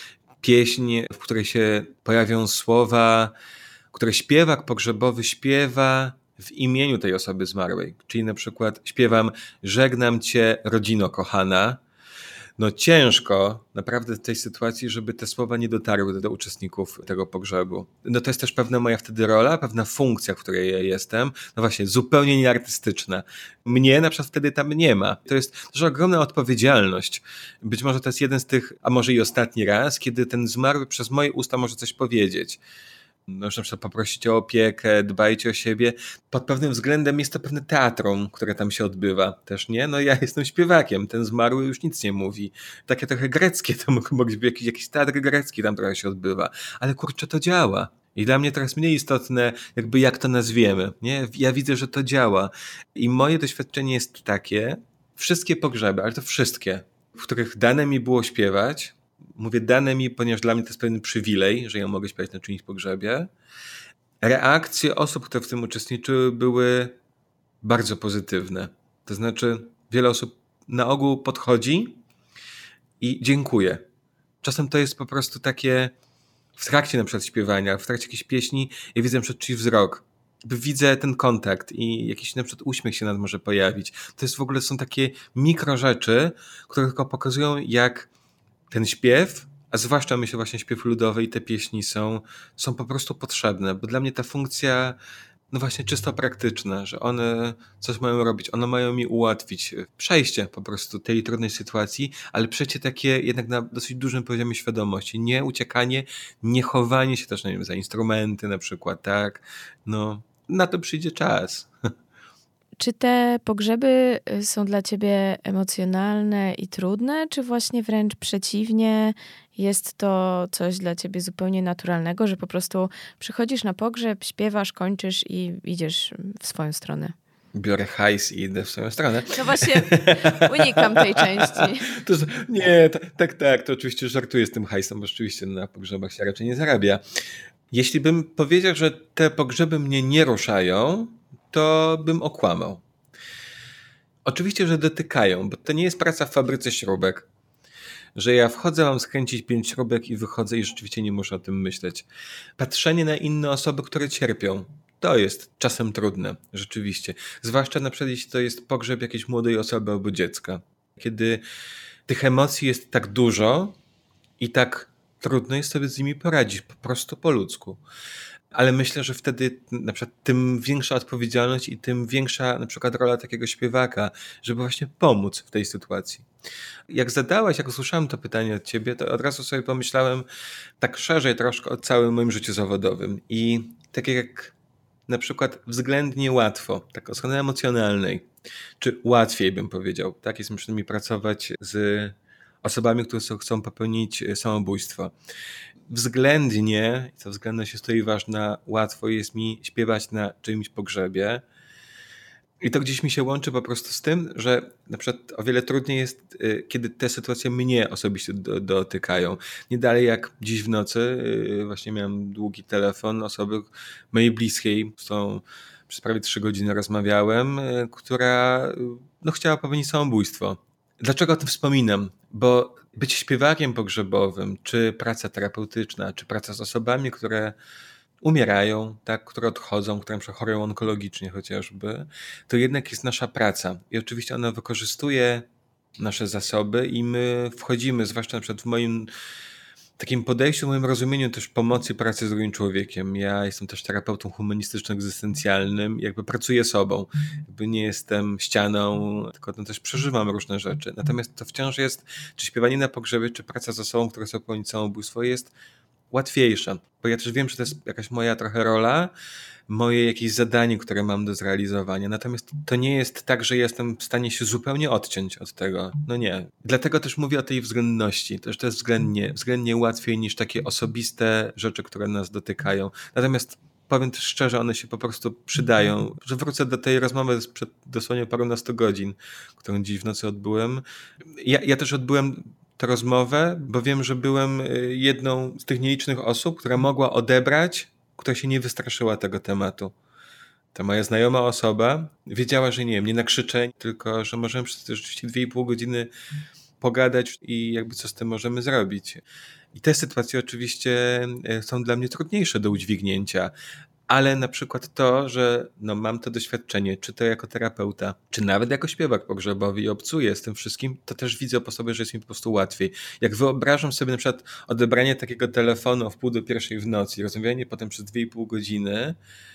pieśń, w której się pojawią słowa, które śpiewak pogrzebowy śpiewa w imieniu tej osoby zmarłej. Czyli na przykład śpiewam żegnam cię, rodzino kochana. No ciężko naprawdę w tej sytuacji, żeby te słowa nie dotarły do, do uczestników tego pogrzebu. No to jest też pewna moja wtedy rola, pewna funkcja, w której ja jestem. No właśnie, zupełnie nieartystyczna. Mnie na przykład wtedy tam nie ma. To jest też ogromna odpowiedzialność. Być może to jest jeden z tych, a może i ostatni raz, kiedy ten zmarły przez moje usta może coś powiedzieć. Można na przykład poprosić o opiekę, dbajcie o siebie. Pod pewnym względem jest to pewne teatrum, które tam się odbywa też, nie? No ja jestem śpiewakiem, ten zmarły już nic nie mówi. Takie trochę greckie, to mógł być jakiś, jakiś teatr grecki tam trochę się odbywa. Ale kurczę, to działa. I dla mnie teraz mniej istotne, jakby jak to nazwiemy, nie? Ja widzę, że to działa. I moje doświadczenie jest takie, wszystkie pogrzeby, ale to wszystkie, w których dane mi było śpiewać, mówię dane mi, ponieważ dla mnie to jest pewien przywilej, że ja mogę śpiewać na czyimś pogrzebie. Reakcje osób, które w tym uczestniczyły, były bardzo pozytywne. To znaczy wiele osób na ogół podchodzi i dziękuję. Czasem to jest po prostu takie w trakcie na przykład śpiewania, w trakcie jakiejś pieśni, ja widzę na przykład czyjś wzrok. Widzę ten kontakt i jakiś na przykład uśmiech się nad może pojawić. To jest w ogóle są takie mikro rzeczy, które tylko pokazują, jak ten śpiew, a zwłaszcza myślę właśnie śpiew ludowy i te pieśni są, są po prostu potrzebne, bo dla mnie ta funkcja no właśnie czysto praktyczne, że one coś mają robić, one mają mi ułatwić przejście po prostu tej trudnej sytuacji, ale przejście takie jednak na dosyć dużym poziomie świadomości. Nie uciekanie, nie chowanie się też, nie wiem, za instrumenty na przykład, tak? No, na to przyjdzie czas. Czy te pogrzeby są dla ciebie emocjonalne i trudne, czy właśnie wręcz przeciwnie, jest to coś dla ciebie zupełnie naturalnego, że po prostu przychodzisz na pogrzeb, śpiewasz, kończysz i idziesz w swoją stronę? Biorę hajs i idę w swoją stronę. No właśnie, unikam tej części. To, nie, tak, tak, tak, to oczywiście żartuję z tym hajsem, bo rzeczywiście na pogrzebach się raczej nie zarabia. Jeśli bym powiedział, że te pogrzeby mnie nie ruszają, to bym okłamał. Oczywiście, że dotykają, bo to nie jest praca w fabryce śrubek, że ja wchodzę, mam skręcić pięć śrubek i wychodzę i rzeczywiście nie muszę o tym myśleć. Patrzenie na inne osoby, które cierpią, to jest czasem trudne, rzeczywiście. Zwłaszcza na przykład, jeśli to jest pogrzeb jakiejś młodej osoby albo dziecka. Kiedy tych emocji jest tak dużo i tak trudno jest sobie z nimi poradzić, po prostu po ludzku. Ale myślę, że wtedy na przykład tym większa odpowiedzialność i tym większa na przykład rola takiego śpiewaka, żeby właśnie pomóc w tej sytuacji. Jak zadałaś, jak usłyszałem to pytanie od ciebie, to od razu sobie pomyślałem tak szerzej troszkę o całym moim życiu zawodowym. I tak jak na przykład względnie łatwo, tak od strony emocjonalnej, czy łatwiej bym powiedział, tak jest mi pracować z osobami, które chcą popełnić samobójstwo. Względnie, i ta względność jest tutaj ważna, łatwo jest mi śpiewać na czyimś pogrzebie. I to gdzieś mi się łączy po prostu z tym, że na przykład o wiele trudniej jest, kiedy te sytuacje mnie osobiście do, dotykają. Nie dalej jak dziś w nocy, właśnie miałem długi telefon osoby mojej bliskiej, z którą przez prawie trzy godziny rozmawiałem, która no, chciała popełnić samobójstwo. Dlaczego o tym wspominam? Bo być śpiewakiem pogrzebowym, czy praca terapeutyczna, czy praca z osobami, które umierają, tak, które odchodzą, które chorują onkologicznie chociażby, to jednak jest nasza praca. I oczywiście ona wykorzystuje nasze zasoby i my wchodzimy, zwłaszcza na przykład w moim takim podejściu, w moim rozumieniu też pomocy pracy z drugim człowiekiem. Ja jestem też terapeutą humanistyczno-egzystencjalnym, jakby pracuję sobą. Jakby nie jestem ścianą, tylko no też przeżywam różne rzeczy. Natomiast to wciąż jest, czy śpiewanie na pogrzebie, czy praca z osobą, która chce popełnić samobójstwo jest łatwiejsza. Bo ja też wiem, że to jest jakaś moja trochę rola, moje jakieś zadanie, które mam do zrealizowania. Natomiast to nie jest tak, że jestem w stanie się zupełnie odciąć od tego. No nie. Dlatego też mówię o tej względności. Też to jest względnie, względnie łatwiej niż takie osobiste rzeczy, które nas dotykają. Natomiast powiem też szczerze, one się po prostu przydają. Że wrócę do tej rozmowy sprzed dosłownie parunastu godzin, którą dziś w nocy odbyłem. Ja, ja też odbyłem tę rozmowę, bo wiem, że byłem jedną z tych nielicznych osób, która mogła odebrać, która się nie wystraszyła tego tematu. Ta moja znajoma osoba wiedziała, że nie wiem, nie nakrzyczę, tylko że możemy przez rzeczywiście dwie i pół godziny pogadać i jakby co z tym możemy zrobić. I te sytuacje oczywiście są dla mnie trudniejsze do udźwignięcia, ale na przykład to, że no mam to doświadczenie, czy to jako terapeuta, czy nawet jako śpiewak pogrzebowy i obcuję z tym wszystkim, to też widzę po sobie, że jest mi po prostu łatwiej. Jak wyobrażam sobie na przykład odebranie takiego telefonu o wpół do pierwszej w nocy i rozmawianie potem przez dwie i pół godziny,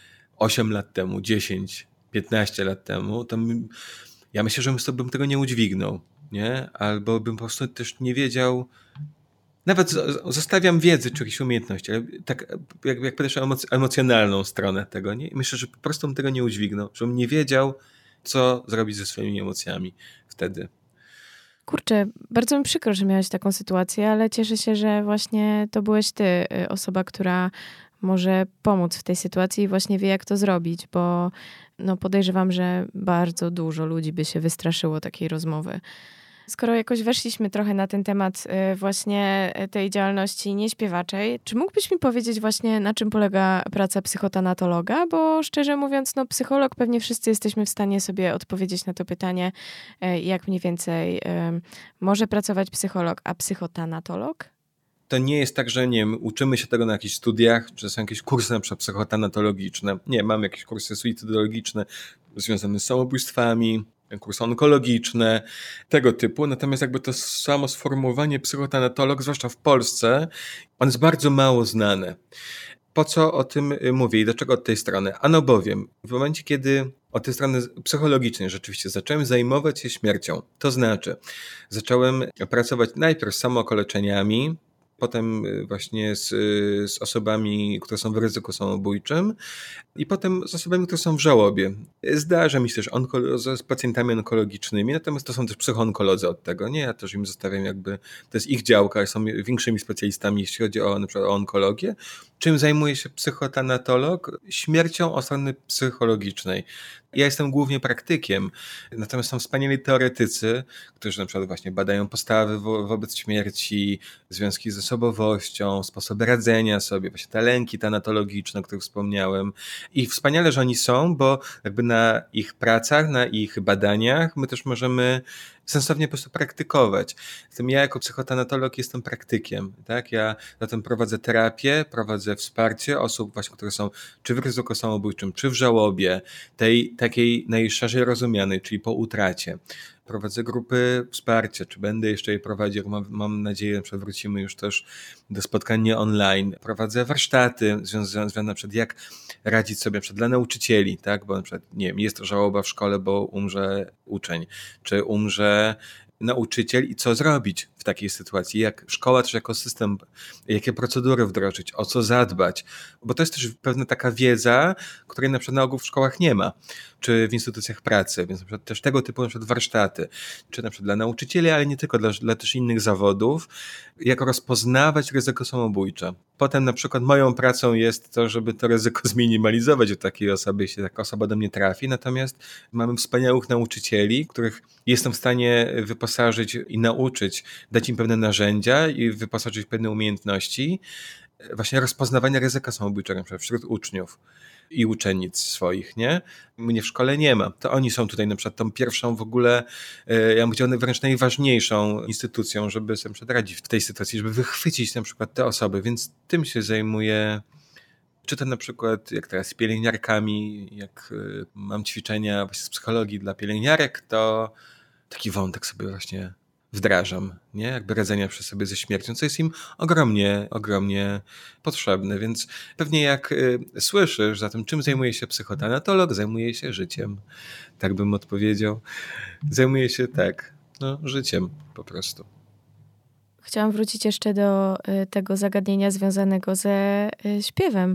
osiem lat temu, dziesięć, piętnaście lat temu, to my, ja myślę, że bym tego nie udźwignął, nie? Albo bym po prostu też nie wiedział. Nawet zostawiam wiedzę czy jakieś umiejętności, ale tak jak, jak pytasz o emoc- emocjonalną stronę tego, nie? Myślę, że po prostu bym tego nie udźwignął, żebym nie wiedział, co zrobić ze swoimi emocjami wtedy. Kurczę, bardzo mi przykro, że miałeś taką sytuację, ale cieszę się, że właśnie to byłeś ty, osoba, która może pomóc w tej sytuacji i właśnie wie, jak to zrobić, bo no podejrzewam, że bardzo dużo ludzi by się wystraszyło takiej rozmowy. Skoro jakoś weszliśmy trochę na ten temat właśnie tej działalności nieśpiewaczej, czy mógłbyś mi powiedzieć właśnie, na czym polega praca psychotanatologa? Bo szczerze mówiąc, no psycholog, pewnie wszyscy jesteśmy w stanie sobie odpowiedzieć na to pytanie, jak mniej więcej może pracować psycholog, a psychotanatolog? To nie jest tak, że nie wiem, uczymy się tego na jakichś studiach, czy są jakieś kursy na przykład psychotanatologiczne. Nie, mamy jakieś kursy suicydologiczne związane z samobójstwami, kursy onkologiczne, tego typu. Natomiast jakby to samo sformułowanie psychotanatolog, zwłaszcza w Polsce, on jest bardzo mało znane. Po co o tym mówię i dlaczego od tej strony? Ano bowiem, w momencie, kiedy od tej strony psychologicznej rzeczywiście zacząłem zajmować się śmiercią, to znaczy zacząłem pracować najpierw z samookaleczeniami, potem właśnie z, z osobami, które są w ryzyku samobójczym i potem z osobami, które są w żałobie. Zdarza mi się też onko- z pacjentami onkologicznymi, natomiast to są też psychoonkolodzy od tego, nie? Ja też im zostawiam jakby, to jest ich działka, są większymi specjalistami, jeśli chodzi o, na przykład o onkologię. Czym zajmuje się psychotanatolog? Śmiercią od strony psychologicznej. Ja jestem głównie praktykiem, natomiast są wspaniali teoretycy, którzy na przykład właśnie badają postawy wo- wobec śmierci, związki z osobowością, sposoby radzenia sobie, właśnie te lęki tanatologiczne, o których wspomniałem. I wspaniale, że oni są, bo jakby na ich pracach, na ich badaniach my też możemy sensownie po prostu praktykować. Zatem ja jako psychotanatolog jestem praktykiem, tak? Ja zatem prowadzę terapię, prowadzę wsparcie osób właśnie, które są czy w ryzyku samobójczym, czy w żałobie, tej takiej najszerzej rozumianej, czyli po utracie. Prowadzę grupy wsparcia, czy będę jeszcze je prowadził, mam, mam nadzieję, że wrócimy już też do spotkań nie online. Prowadzę warsztaty związane na przykład jak radzić sobie na przykład dla nauczycieli, tak? Bo na przykład, nie wiem, jest żałoba w szkole, bo umrze uczeń, czy umrze nauczyciel i co zrobić w takiej sytuacji, jak szkoła też jako system, jakie procedury wdrożyć, o co zadbać, bo to jest też pewna taka wiedza, której na przykład na ogół w szkołach nie ma, czy w instytucjach pracy, więc na przykład też tego typu na przykład warsztaty, czy na przykład dla nauczycieli, ale nie tylko, dla, dla też innych zawodów, jak rozpoznawać ryzyko samobójcze. Potem na przykład moją pracą jest to, żeby to ryzyko zminimalizować u takiej osoby, jeśli taka osoba do mnie trafi, natomiast mamy wspaniałych nauczycieli, których jestem w stanie wyposażyć i nauczyć, dać im pewne narzędzia i wyposażyć w pewne umiejętności właśnie rozpoznawania ryzyka samobójczego na przykład wśród uczniów i uczennic swoich, nie? Mnie w szkole nie ma. To oni są tutaj na przykład tą pierwszą w ogóle, ja bym powiedział, wręcz najważniejszą instytucją, żeby sobie radzić w tej sytuacji, żeby wychwycić na przykład te osoby, więc tym się zajmuję. Czy to na przykład, jak teraz z pielęgniarkami, jak mam ćwiczenia właśnie z psychologii dla pielęgniarek, to taki wątek sobie właśnie wdrażam, nie? Jakby radzenia przy sobie ze śmiercią, co jest im ogromnie, ogromnie potrzebne, więc pewnie jak y, słyszysz zatem, czym zajmuje się psychotanatolog, zajmuje się życiem, tak bym odpowiedział. Zajmuje się tak, no życiem po prostu. Chciałam wrócić jeszcze do y, tego zagadnienia związanego ze y, śpiewem.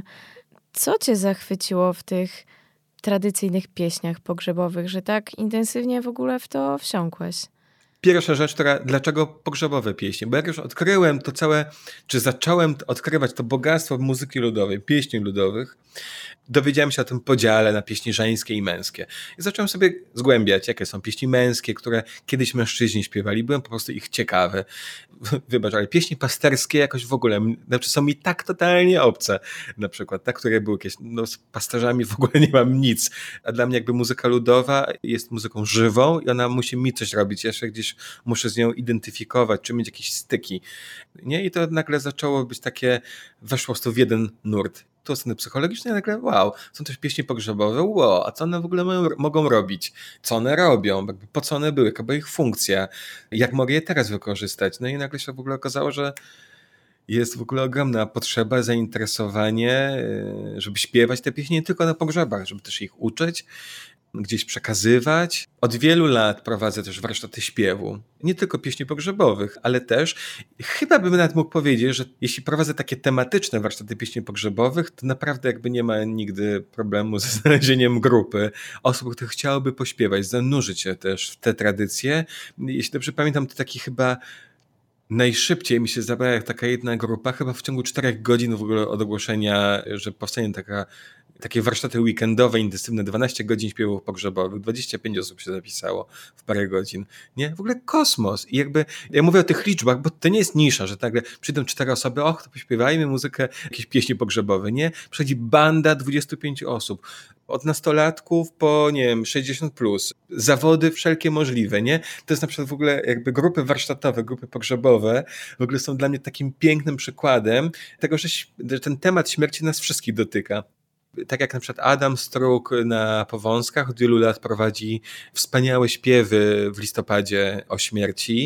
Co cię zachwyciło w tych tradycyjnych pieśniach pogrzebowych, że tak intensywnie w ogóle w to wsiąkłeś? Pierwsza rzecz, która, dlaczego pogrzebowe pieśni? Bo jak już odkryłem to całe, czy zacząłem odkrywać to bogactwo muzyki ludowej, pieśni ludowych, dowiedziałem się o tym podziale na pieśni żeńskie i męskie. I zacząłem sobie zgłębiać, jakie są pieśni męskie, które kiedyś mężczyźni śpiewali. Byłem po prostu ich ciekawy. Wybacz, ale pieśni pasterskie jakoś w ogóle, znaczy są mi tak totalnie obce. Na przykład, tak, które były jakieś, no z pasterzami w ogóle nie mam nic. A dla mnie jakby muzyka ludowa jest muzyką żywą i ona musi mi coś robić. Ja się gdzieś muszę z nią identyfikować, czy mieć jakieś styki. Nie? I to nagle zaczęło być takie, weszło w jeden nurt. Tu od strony psychologicznej, nagle wow, są też pieśni pogrzebowe, wow, a co one w ogóle mają, mogą robić? Co one robią? Jakby po co one były? Jaka była ich funkcja? Jak mogę je teraz wykorzystać? No i nagle się w ogóle okazało, że jest w ogóle ogromna potrzeba, zainteresowanie, żeby śpiewać te pieśni nie tylko na pogrzebach, żeby też ich uczyć, gdzieś przekazywać. Od wielu lat prowadzę też warsztaty śpiewu. Nie tylko pieśni pogrzebowych, ale też chyba bym nawet mógł powiedzieć, że jeśli prowadzę takie tematyczne warsztaty pieśni pogrzebowych, to naprawdę jakby nie ma nigdy problemu ze znalezieniem grupy osób, które chciałyby pośpiewać, zanurzyć się też w te tradycje. Jeśli dobrze pamiętam, to taki chyba najszybciej mi się zabrała taka jedna grupa, chyba w ciągu czterech godzin w ogóle od ogłoszenia, że powstanie taka takie warsztaty weekendowe, intensywne, dwanaście godzin śpiewów pogrzebowych, dwadzieścia pięć osób się zapisało w parę godzin. Nie? W ogóle kosmos. I jakby, ja mówię o tych liczbach, bo to nie jest nisza, że nagle przyjdą cztery osoby, och, to pośpiewajmy muzykę, jakieś pieśni pogrzebowe. Nie? Przychodzi banda dwudziestu pięciu osób. Od nastolatków po, nie wiem, sześćdziesiąt plus. Zawody wszelkie możliwe, nie? To jest na przykład w ogóle jakby grupy warsztatowe, grupy pogrzebowe w ogóle są dla mnie takim pięknym przykładem tego, że ten temat śmierci nas wszystkich dotyka. Tak jak na przykład Adam Struk na Powązkach od wielu lat prowadzi wspaniałe śpiewy w listopadzie o śmierci.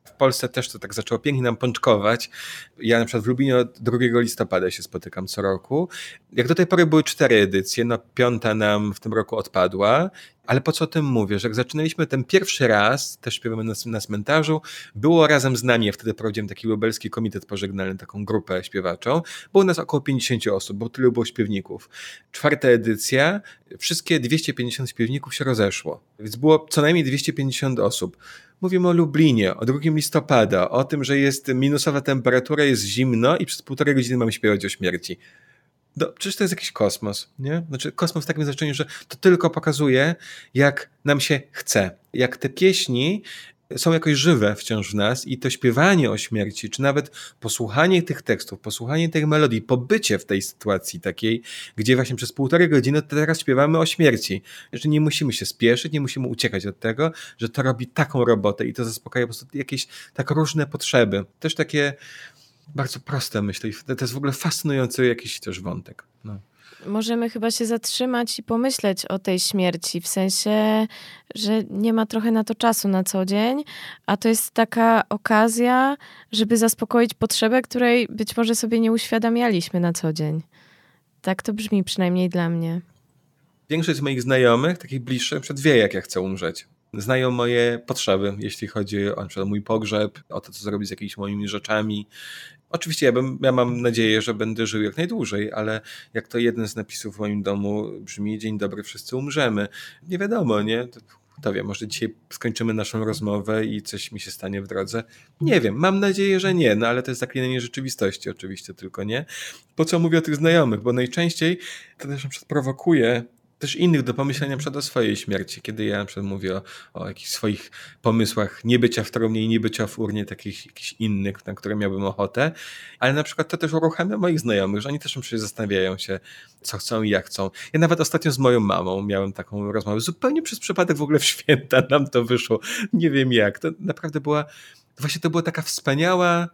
W Polsce też to tak zaczęło pięknie nam pączkować. Ja na przykład w Lublinie od drugiego listopada się spotykam co roku. Jak do tej pory były cztery edycje, no piąta nam w tym roku odpadła, ale po co o tym mówię, że jak zaczynaliśmy ten pierwszy raz, też śpiewamy na, na cmentarzu, było razem z nami, ja wtedy prowadziłem taki lubelski komitet pożegnalny, taką grupę śpiewaczą, było nas około pięćdziesiąt osób, bo tyle było śpiewników. Czwarta edycja, wszystkie dwieście pięćdziesiąt śpiewników się rozeszło, więc było co najmniej dwieście pięćdziesiąt osób. Mówimy o Lublinie, o drugiego listopada, o tym, że jest minusowa temperatura, jest zimno i przez półtorej godziny mamy śpiewać o śmierci. No, przecież to jest jakiś kosmos, nie? Znaczy kosmos w takim znaczeniu, że to tylko pokazuje, jak nam się chce. Jak te pieśni są jakoś żywe wciąż w nas i to śpiewanie o śmierci, czy nawet posłuchanie tych tekstów, posłuchanie tych melodii, pobycie w tej sytuacji takiej, gdzie właśnie przez półtorej godziny teraz śpiewamy o śmierci. Że nie musimy się spieszyć, nie musimy uciekać od tego, że to robi taką robotę i to zaspokaja po prostu jakieś tak różne potrzeby. Też takie bardzo proste, myślę. I to jest w ogóle fascynujący jakiś też wątek. No. Możemy chyba się zatrzymać i pomyśleć o tej śmierci, w sensie, że nie ma trochę na to czasu na co dzień, a to jest taka okazja, żeby zaspokoić potrzebę, której być może sobie nie uświadamialiśmy na co dzień. Tak to brzmi przynajmniej dla mnie. Większość z moich znajomych, takich bliższych, przed wie, jak ja chcę umrzeć. Znają moje potrzeby, jeśli chodzi o, na przykład, mój pogrzeb, o to, co zrobić z jakimiś moimi rzeczami. Oczywiście ja, bym, ja mam nadzieję, że będę żył jak najdłużej, ale jak to jeden z napisów w moim domu brzmi: dzień dobry, wszyscy umrzemy. Nie wiadomo, nie? Kto wie, może dzisiaj skończymy naszą rozmowę i coś mi się stanie w drodze. Nie wiem, mam nadzieję, że nie, no ale to jest zaklinanie rzeczywistości oczywiście, tylko nie. Po co mówię o tych znajomych? Bo najczęściej to też na przykład prowokuje też innych do pomyślenia przed o swojej śmierci. Kiedy ja na przykład mówię o, o jakichś swoich pomysłach niebycia w trumnie i niebycia w urnie, takich jakichś innych, na które miałbym ochotę, ale na przykład to też uruchamia moich znajomych, że oni też przecież zastanawiają się, co chcą i jak chcą. Ja nawet ostatnio z moją mamą miałem taką rozmowę, zupełnie przez przypadek w ogóle w święta nam to wyszło. Nie wiem jak. To naprawdę była, właśnie to była taka wspaniała,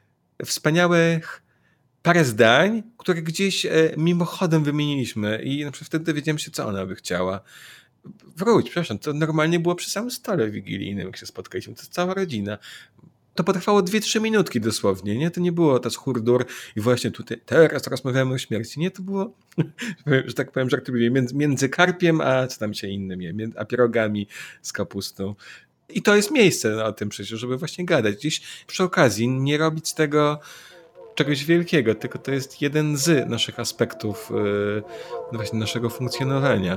wspaniałe parę zdań, które gdzieś e, mimochodem wymieniliśmy i na przykład wtedy dowiedziałem się, co ona by chciała. Wróć, przepraszam, to normalnie było przy samym stole wigilijnym, jak się spotkaliśmy, to jest cała rodzina. To potrwało dwie, trzy minutki dosłownie, nie? To nie było tas hurdur i właśnie tutaj teraz rozmawiamy o śmierci. Nie, to było, że tak powiem żartobliwie, między, między karpiem, a co tam się innym je, a pierogami z kapustą. I to jest miejsce o tym przecież, żeby właśnie gadać. Gdzieś przy okazji nie robić z tego czegoś wielkiego, tylko to jest jeden z naszych aspektów yy, właśnie naszego funkcjonowania.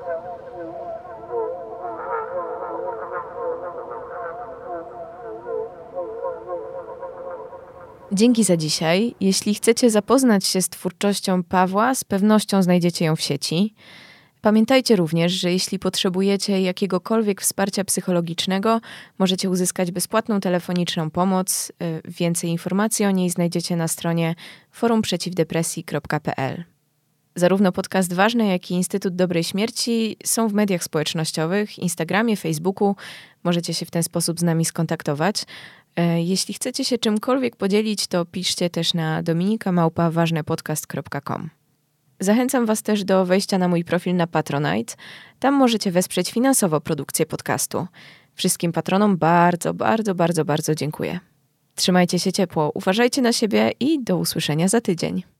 Dzięki za dzisiaj. Jeśli chcecie zapoznać się z twórczością Pawła, z pewnością znajdziecie ją w sieci. Pamiętajcie również, że jeśli potrzebujecie jakiegokolwiek wsparcia psychologicznego, możecie uzyskać bezpłatną telefoniczną pomoc. Więcej informacji o niej znajdziecie na stronie forum przeciw depresji kropka p l. Zarówno podcast Ważne, jak i Instytut Dobrej Śmierci są w mediach społecznościowych, Instagramie, Facebooku. Możecie się w ten sposób z nami skontaktować. Jeśli chcecie się czymkolwiek podzielić, to piszcie też na dominika małpa ważnepodcast kropka com. Zachęcam Was też do wejścia na mój profil na Patronite. Tam możecie wesprzeć finansowo produkcję podcastu. Wszystkim patronom bardzo, bardzo, bardzo, bardzo dziękuję. Trzymajcie się ciepło, uważajcie na siebie i do usłyszenia za tydzień.